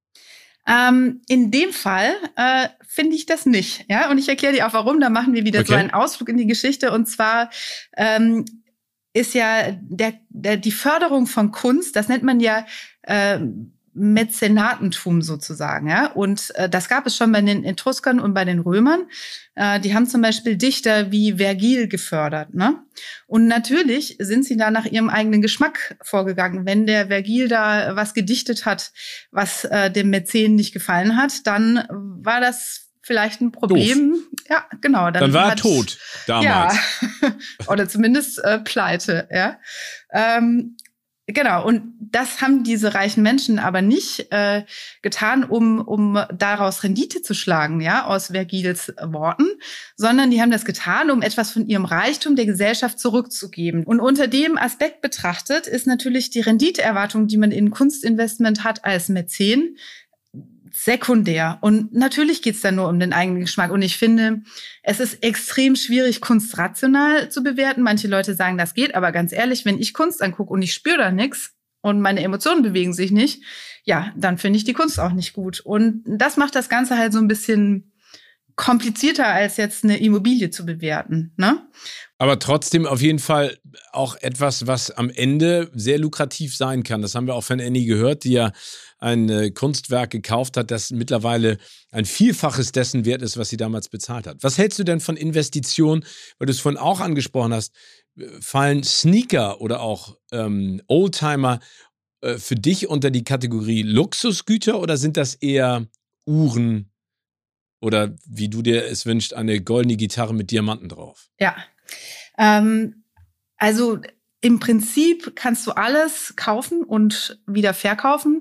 Ähm, in dem Fall äh, finde ich das nicht. Ja, und ich erkläre dir auch, warum. Da machen wir wieder okay. so einen Ausflug in die Geschichte. Und zwar ähm, ist ja der, der, die Förderung von Kunst, das nennt man ja äh, Mäzenatentum sozusagen, ja. Und äh, das gab es schon bei den Etruskern und bei den Römern. Äh, die haben zum Beispiel Dichter wie Vergil gefördert, ne? Und natürlich sind sie da nach ihrem eigenen Geschmack vorgegangen. Wenn der Vergil da was gedichtet hat, was äh, dem Mäzen nicht gefallen hat, dann war das vielleicht ein Problem. Doof. Ja, genau. Dann, dann war er tot damals. Ja. Oder zumindest äh, pleite, ja. Ähm, genau. Und das haben diese reichen Menschen aber nicht äh, getan, um um daraus Rendite zu schlagen, ja, aus Vergils Worten, sondern die haben das getan, um etwas von ihrem Reichtum der Gesellschaft zurückzugeben. Und unter dem Aspekt betrachtet ist natürlich die Renditeerwartung, die man in Kunstinvestment hat als Mäzen, sekundär. Und natürlich geht's da nur um den eigenen Geschmack. Und ich finde, es ist extrem schwierig, Kunst rational zu bewerten. Manche Leute sagen, das geht. Aber ganz ehrlich, wenn ich Kunst angucke und ich spüre da nichts und meine Emotionen bewegen sich nicht, ja, dann finde ich die Kunst auch nicht gut. Und das macht das Ganze halt so ein bisschen komplizierter, als jetzt eine Immobilie zu bewerten, ne? Aber trotzdem auf jeden Fall auch etwas, was am Ende sehr lukrativ sein kann. Das haben wir auch von Annie gehört, die ja ein äh, Kunstwerk gekauft hat, das mittlerweile ein Vielfaches dessen wert ist, was sie damals bezahlt hat. Was hältst du denn von Investitionen, weil du es vorhin auch angesprochen hast, fallen Sneaker oder auch ähm, Oldtimer äh, für dich unter die Kategorie Luxusgüter oder sind das eher Uhren oder, wie du dir es wünschst, eine goldene Gitarre mit Diamanten drauf? Ja, ähm, also im Prinzip kannst du alles kaufen und wieder verkaufen.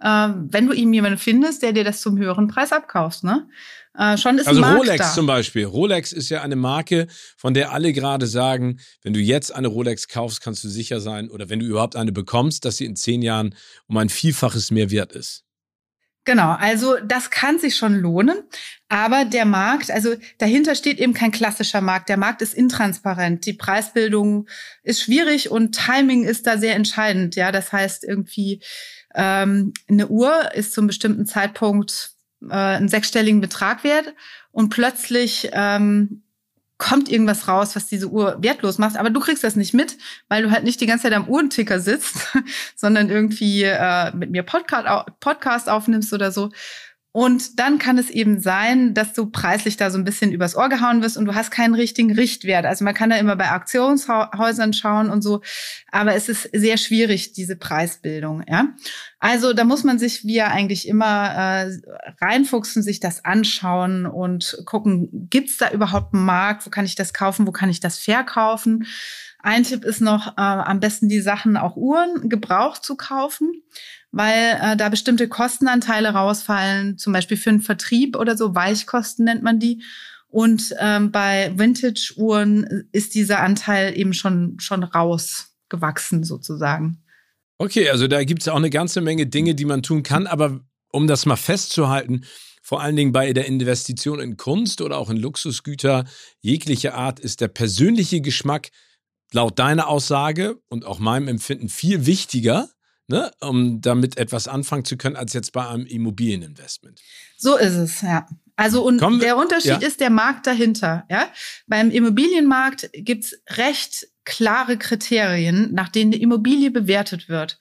äh, wenn du ihm jemanden findest, der dir das zum höheren Preis abkaufst, ne? Äh, schon ist also ein Markt Rolex da. zum Beispiel. Rolex ist ja eine Marke, von der alle gerade sagen, wenn du jetzt eine Rolex kaufst, kannst du sicher sein, oder wenn du überhaupt eine bekommst, dass sie in zehn Jahren um ein Vielfaches mehr wert ist. Genau, also das kann sich schon lohnen, aber der Markt, also dahinter steht eben kein klassischer Markt. Der Markt ist intransparent, die Preisbildung ist schwierig und Timing ist da sehr entscheidend. Ja, das heißt irgendwie ähm, eine Uhr ist zum bestimmten Zeitpunkt äh, einen sechsstelligen Betrag wert und plötzlich ähm, kommt irgendwas raus, was diese Uhr wertlos macht, aber du kriegst das nicht mit, weil du halt nicht die ganze Zeit am Uhrenticker sitzt, sondern irgendwie äh, mit mir Podcast, Podcast aufnimmst oder so. Und dann kann es eben sein, dass du preislich da so ein bisschen übers Ohr gehauen wirst und du hast keinen richtigen Richtwert. Also man kann da immer bei Auktionshäusern schauen und so, aber es ist sehr schwierig, diese Preisbildung. Ja, also da muss man sich, wie ja eigentlich immer, äh, reinfuchsen, sich das anschauen und gucken, gibt's da überhaupt einen Markt? Wo kann ich das kaufen? Wo kann ich das verkaufen? Ein Tipp ist noch, äh, am besten die Sachen, auch Uhren, gebraucht zu kaufen, weil äh, da bestimmte Kostenanteile rausfallen, zum Beispiel für einen Vertrieb oder so, Weichkosten nennt man die. Und ähm, bei Vintage-Uhren ist dieser Anteil eben schon, schon rausgewachsen sozusagen. Okay, also da gibt es auch eine ganze Menge Dinge, die man tun kann, aber um das mal festzuhalten, vor allen Dingen bei der Investition in Kunst oder auch in Luxusgüter jeglicher Art ist der persönliche Geschmack laut deiner Aussage und auch meinem Empfinden viel wichtiger, ne, um damit etwas anfangen zu können, als jetzt bei einem Immobilieninvestment. So ist es, ja. Also und Kommen wir, der Unterschied ja. ist der Markt dahinter. Ja? Beim Immobilienmarkt gibt's recht klare Kriterien, nach denen die Immobilie bewertet wird.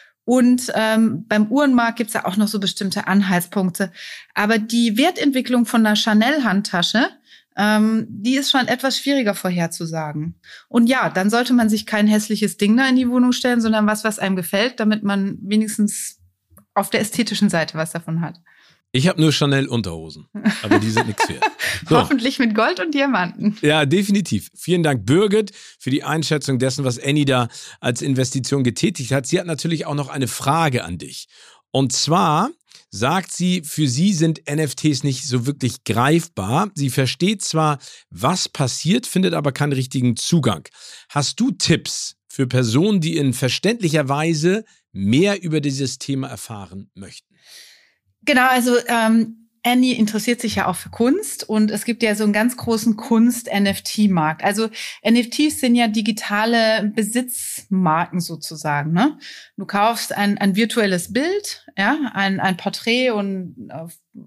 Und ähm, beim Uhrenmarkt gibt's ja auch noch so bestimmte Anhaltspunkte. Aber die Wertentwicklung von einer Chanel-Handtasche, ähm, die ist schon etwas schwieriger vorherzusagen. Und ja, dann sollte man sich kein hässliches Ding da in die Wohnung stellen, sondern was, was einem gefällt, damit man wenigstens auf der ästhetischen Seite was davon hat. Ich habe nur Chanel-Unterhosen, aber die sind nichts wert. So. Hoffentlich mit Gold und Diamanten. Ja, definitiv. Vielen Dank, Birgit, für die Einschätzung dessen, was Annie da als Investition getätigt hat. Sie hat natürlich auch noch eine Frage an dich. Und zwar sagt sie, für sie sind N F Ts nicht so wirklich greifbar. Sie versteht zwar, was passiert, findet aber keinen richtigen Zugang. Hast du Tipps für Personen, die in verständlicher Weise mehr über dieses Thema erfahren möchten? Genau, also ähm, Annie interessiert sich ja auch für Kunst und es gibt ja so einen ganz großen Kunst-N F T-Markt. Also N F Ts sind ja digitale Besitzmarken sozusagen, ne? Du kaufst ein, ein virtuelles Bild, ja, ein, ein Porträt und äh,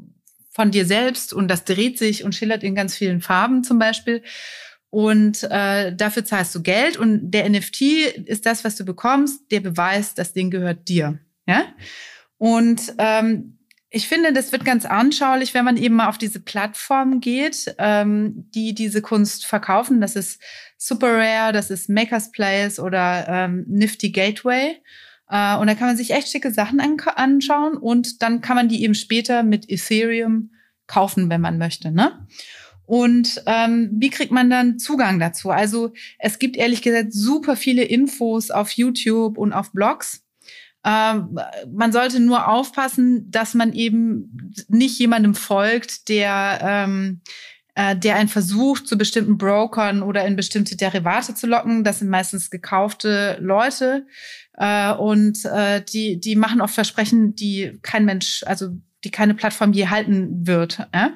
von dir selbst und das dreht sich und schillert in ganz vielen Farben zum Beispiel. Und äh, dafür zahlst du Geld und der N F T ist das, was du bekommst, der Beweis, das Ding gehört dir, ja? Und ähm, ich finde, das wird ganz anschaulich, wenn man eben mal auf diese Plattform geht, ähm, die diese Kunst verkaufen. Das ist Super Rare, das ist Makers Place oder ähm, Nifty Gateway. Äh, und da kann man sich echt schicke Sachen an- anschauen und dann kann man die eben später mit Ethereum kaufen, wenn man möchte, ne? Und ähm, wie kriegt man dann Zugang dazu? Also es gibt ehrlich gesagt super viele Infos auf YouTube und auf Blogs. Ähm, man sollte nur aufpassen, dass man eben nicht jemandem folgt, der ähm, äh, der einen versucht, zu bestimmten Brokern oder in bestimmte Derivate zu locken. Das sind meistens gekaufte Leute äh, und äh, die die machen oft Versprechen, die kein Mensch, also die keine Plattform je halten wird. Äh?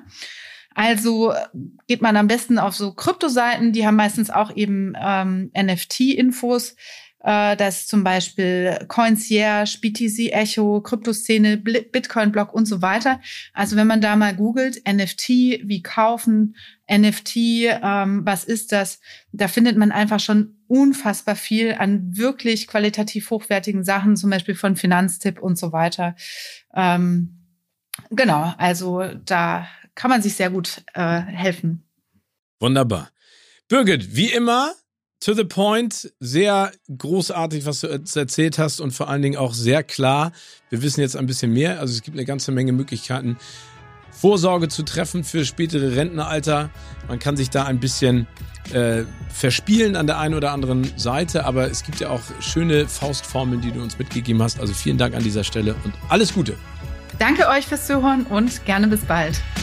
Also geht man am besten auf so Kryptoseiten, die haben meistens auch eben ähm, N F T-Infos. Das ist zum Beispiel Coincierge, B T C Echo, Kryptoszene, Bitcoin-Block und so weiter. Also wenn man da mal googelt, N F T, wie kaufen, N F T, ähm, was ist das? Da findet man einfach schon unfassbar viel an wirklich qualitativ hochwertigen Sachen, zum Beispiel von Finanztipp und so weiter. Ähm, genau, also da kann man sich sehr gut äh, helfen. Wunderbar. Birgit, wie immer, to the point, sehr großartig, was du erzählt hast und vor allen Dingen auch sehr klar. Wir wissen jetzt ein bisschen mehr, also es gibt eine ganze Menge Möglichkeiten. Vorsorge zu treffen für spätere Rentenalter. Man kann sich da ein bisschen äh, verspielen an der einen oder anderen Seite, aber es gibt ja auch schöne Faustformeln, die du uns mitgegeben hast. Also vielen Dank an dieser Stelle und alles Gute. Danke euch fürs Zuhören und gerne bis bald.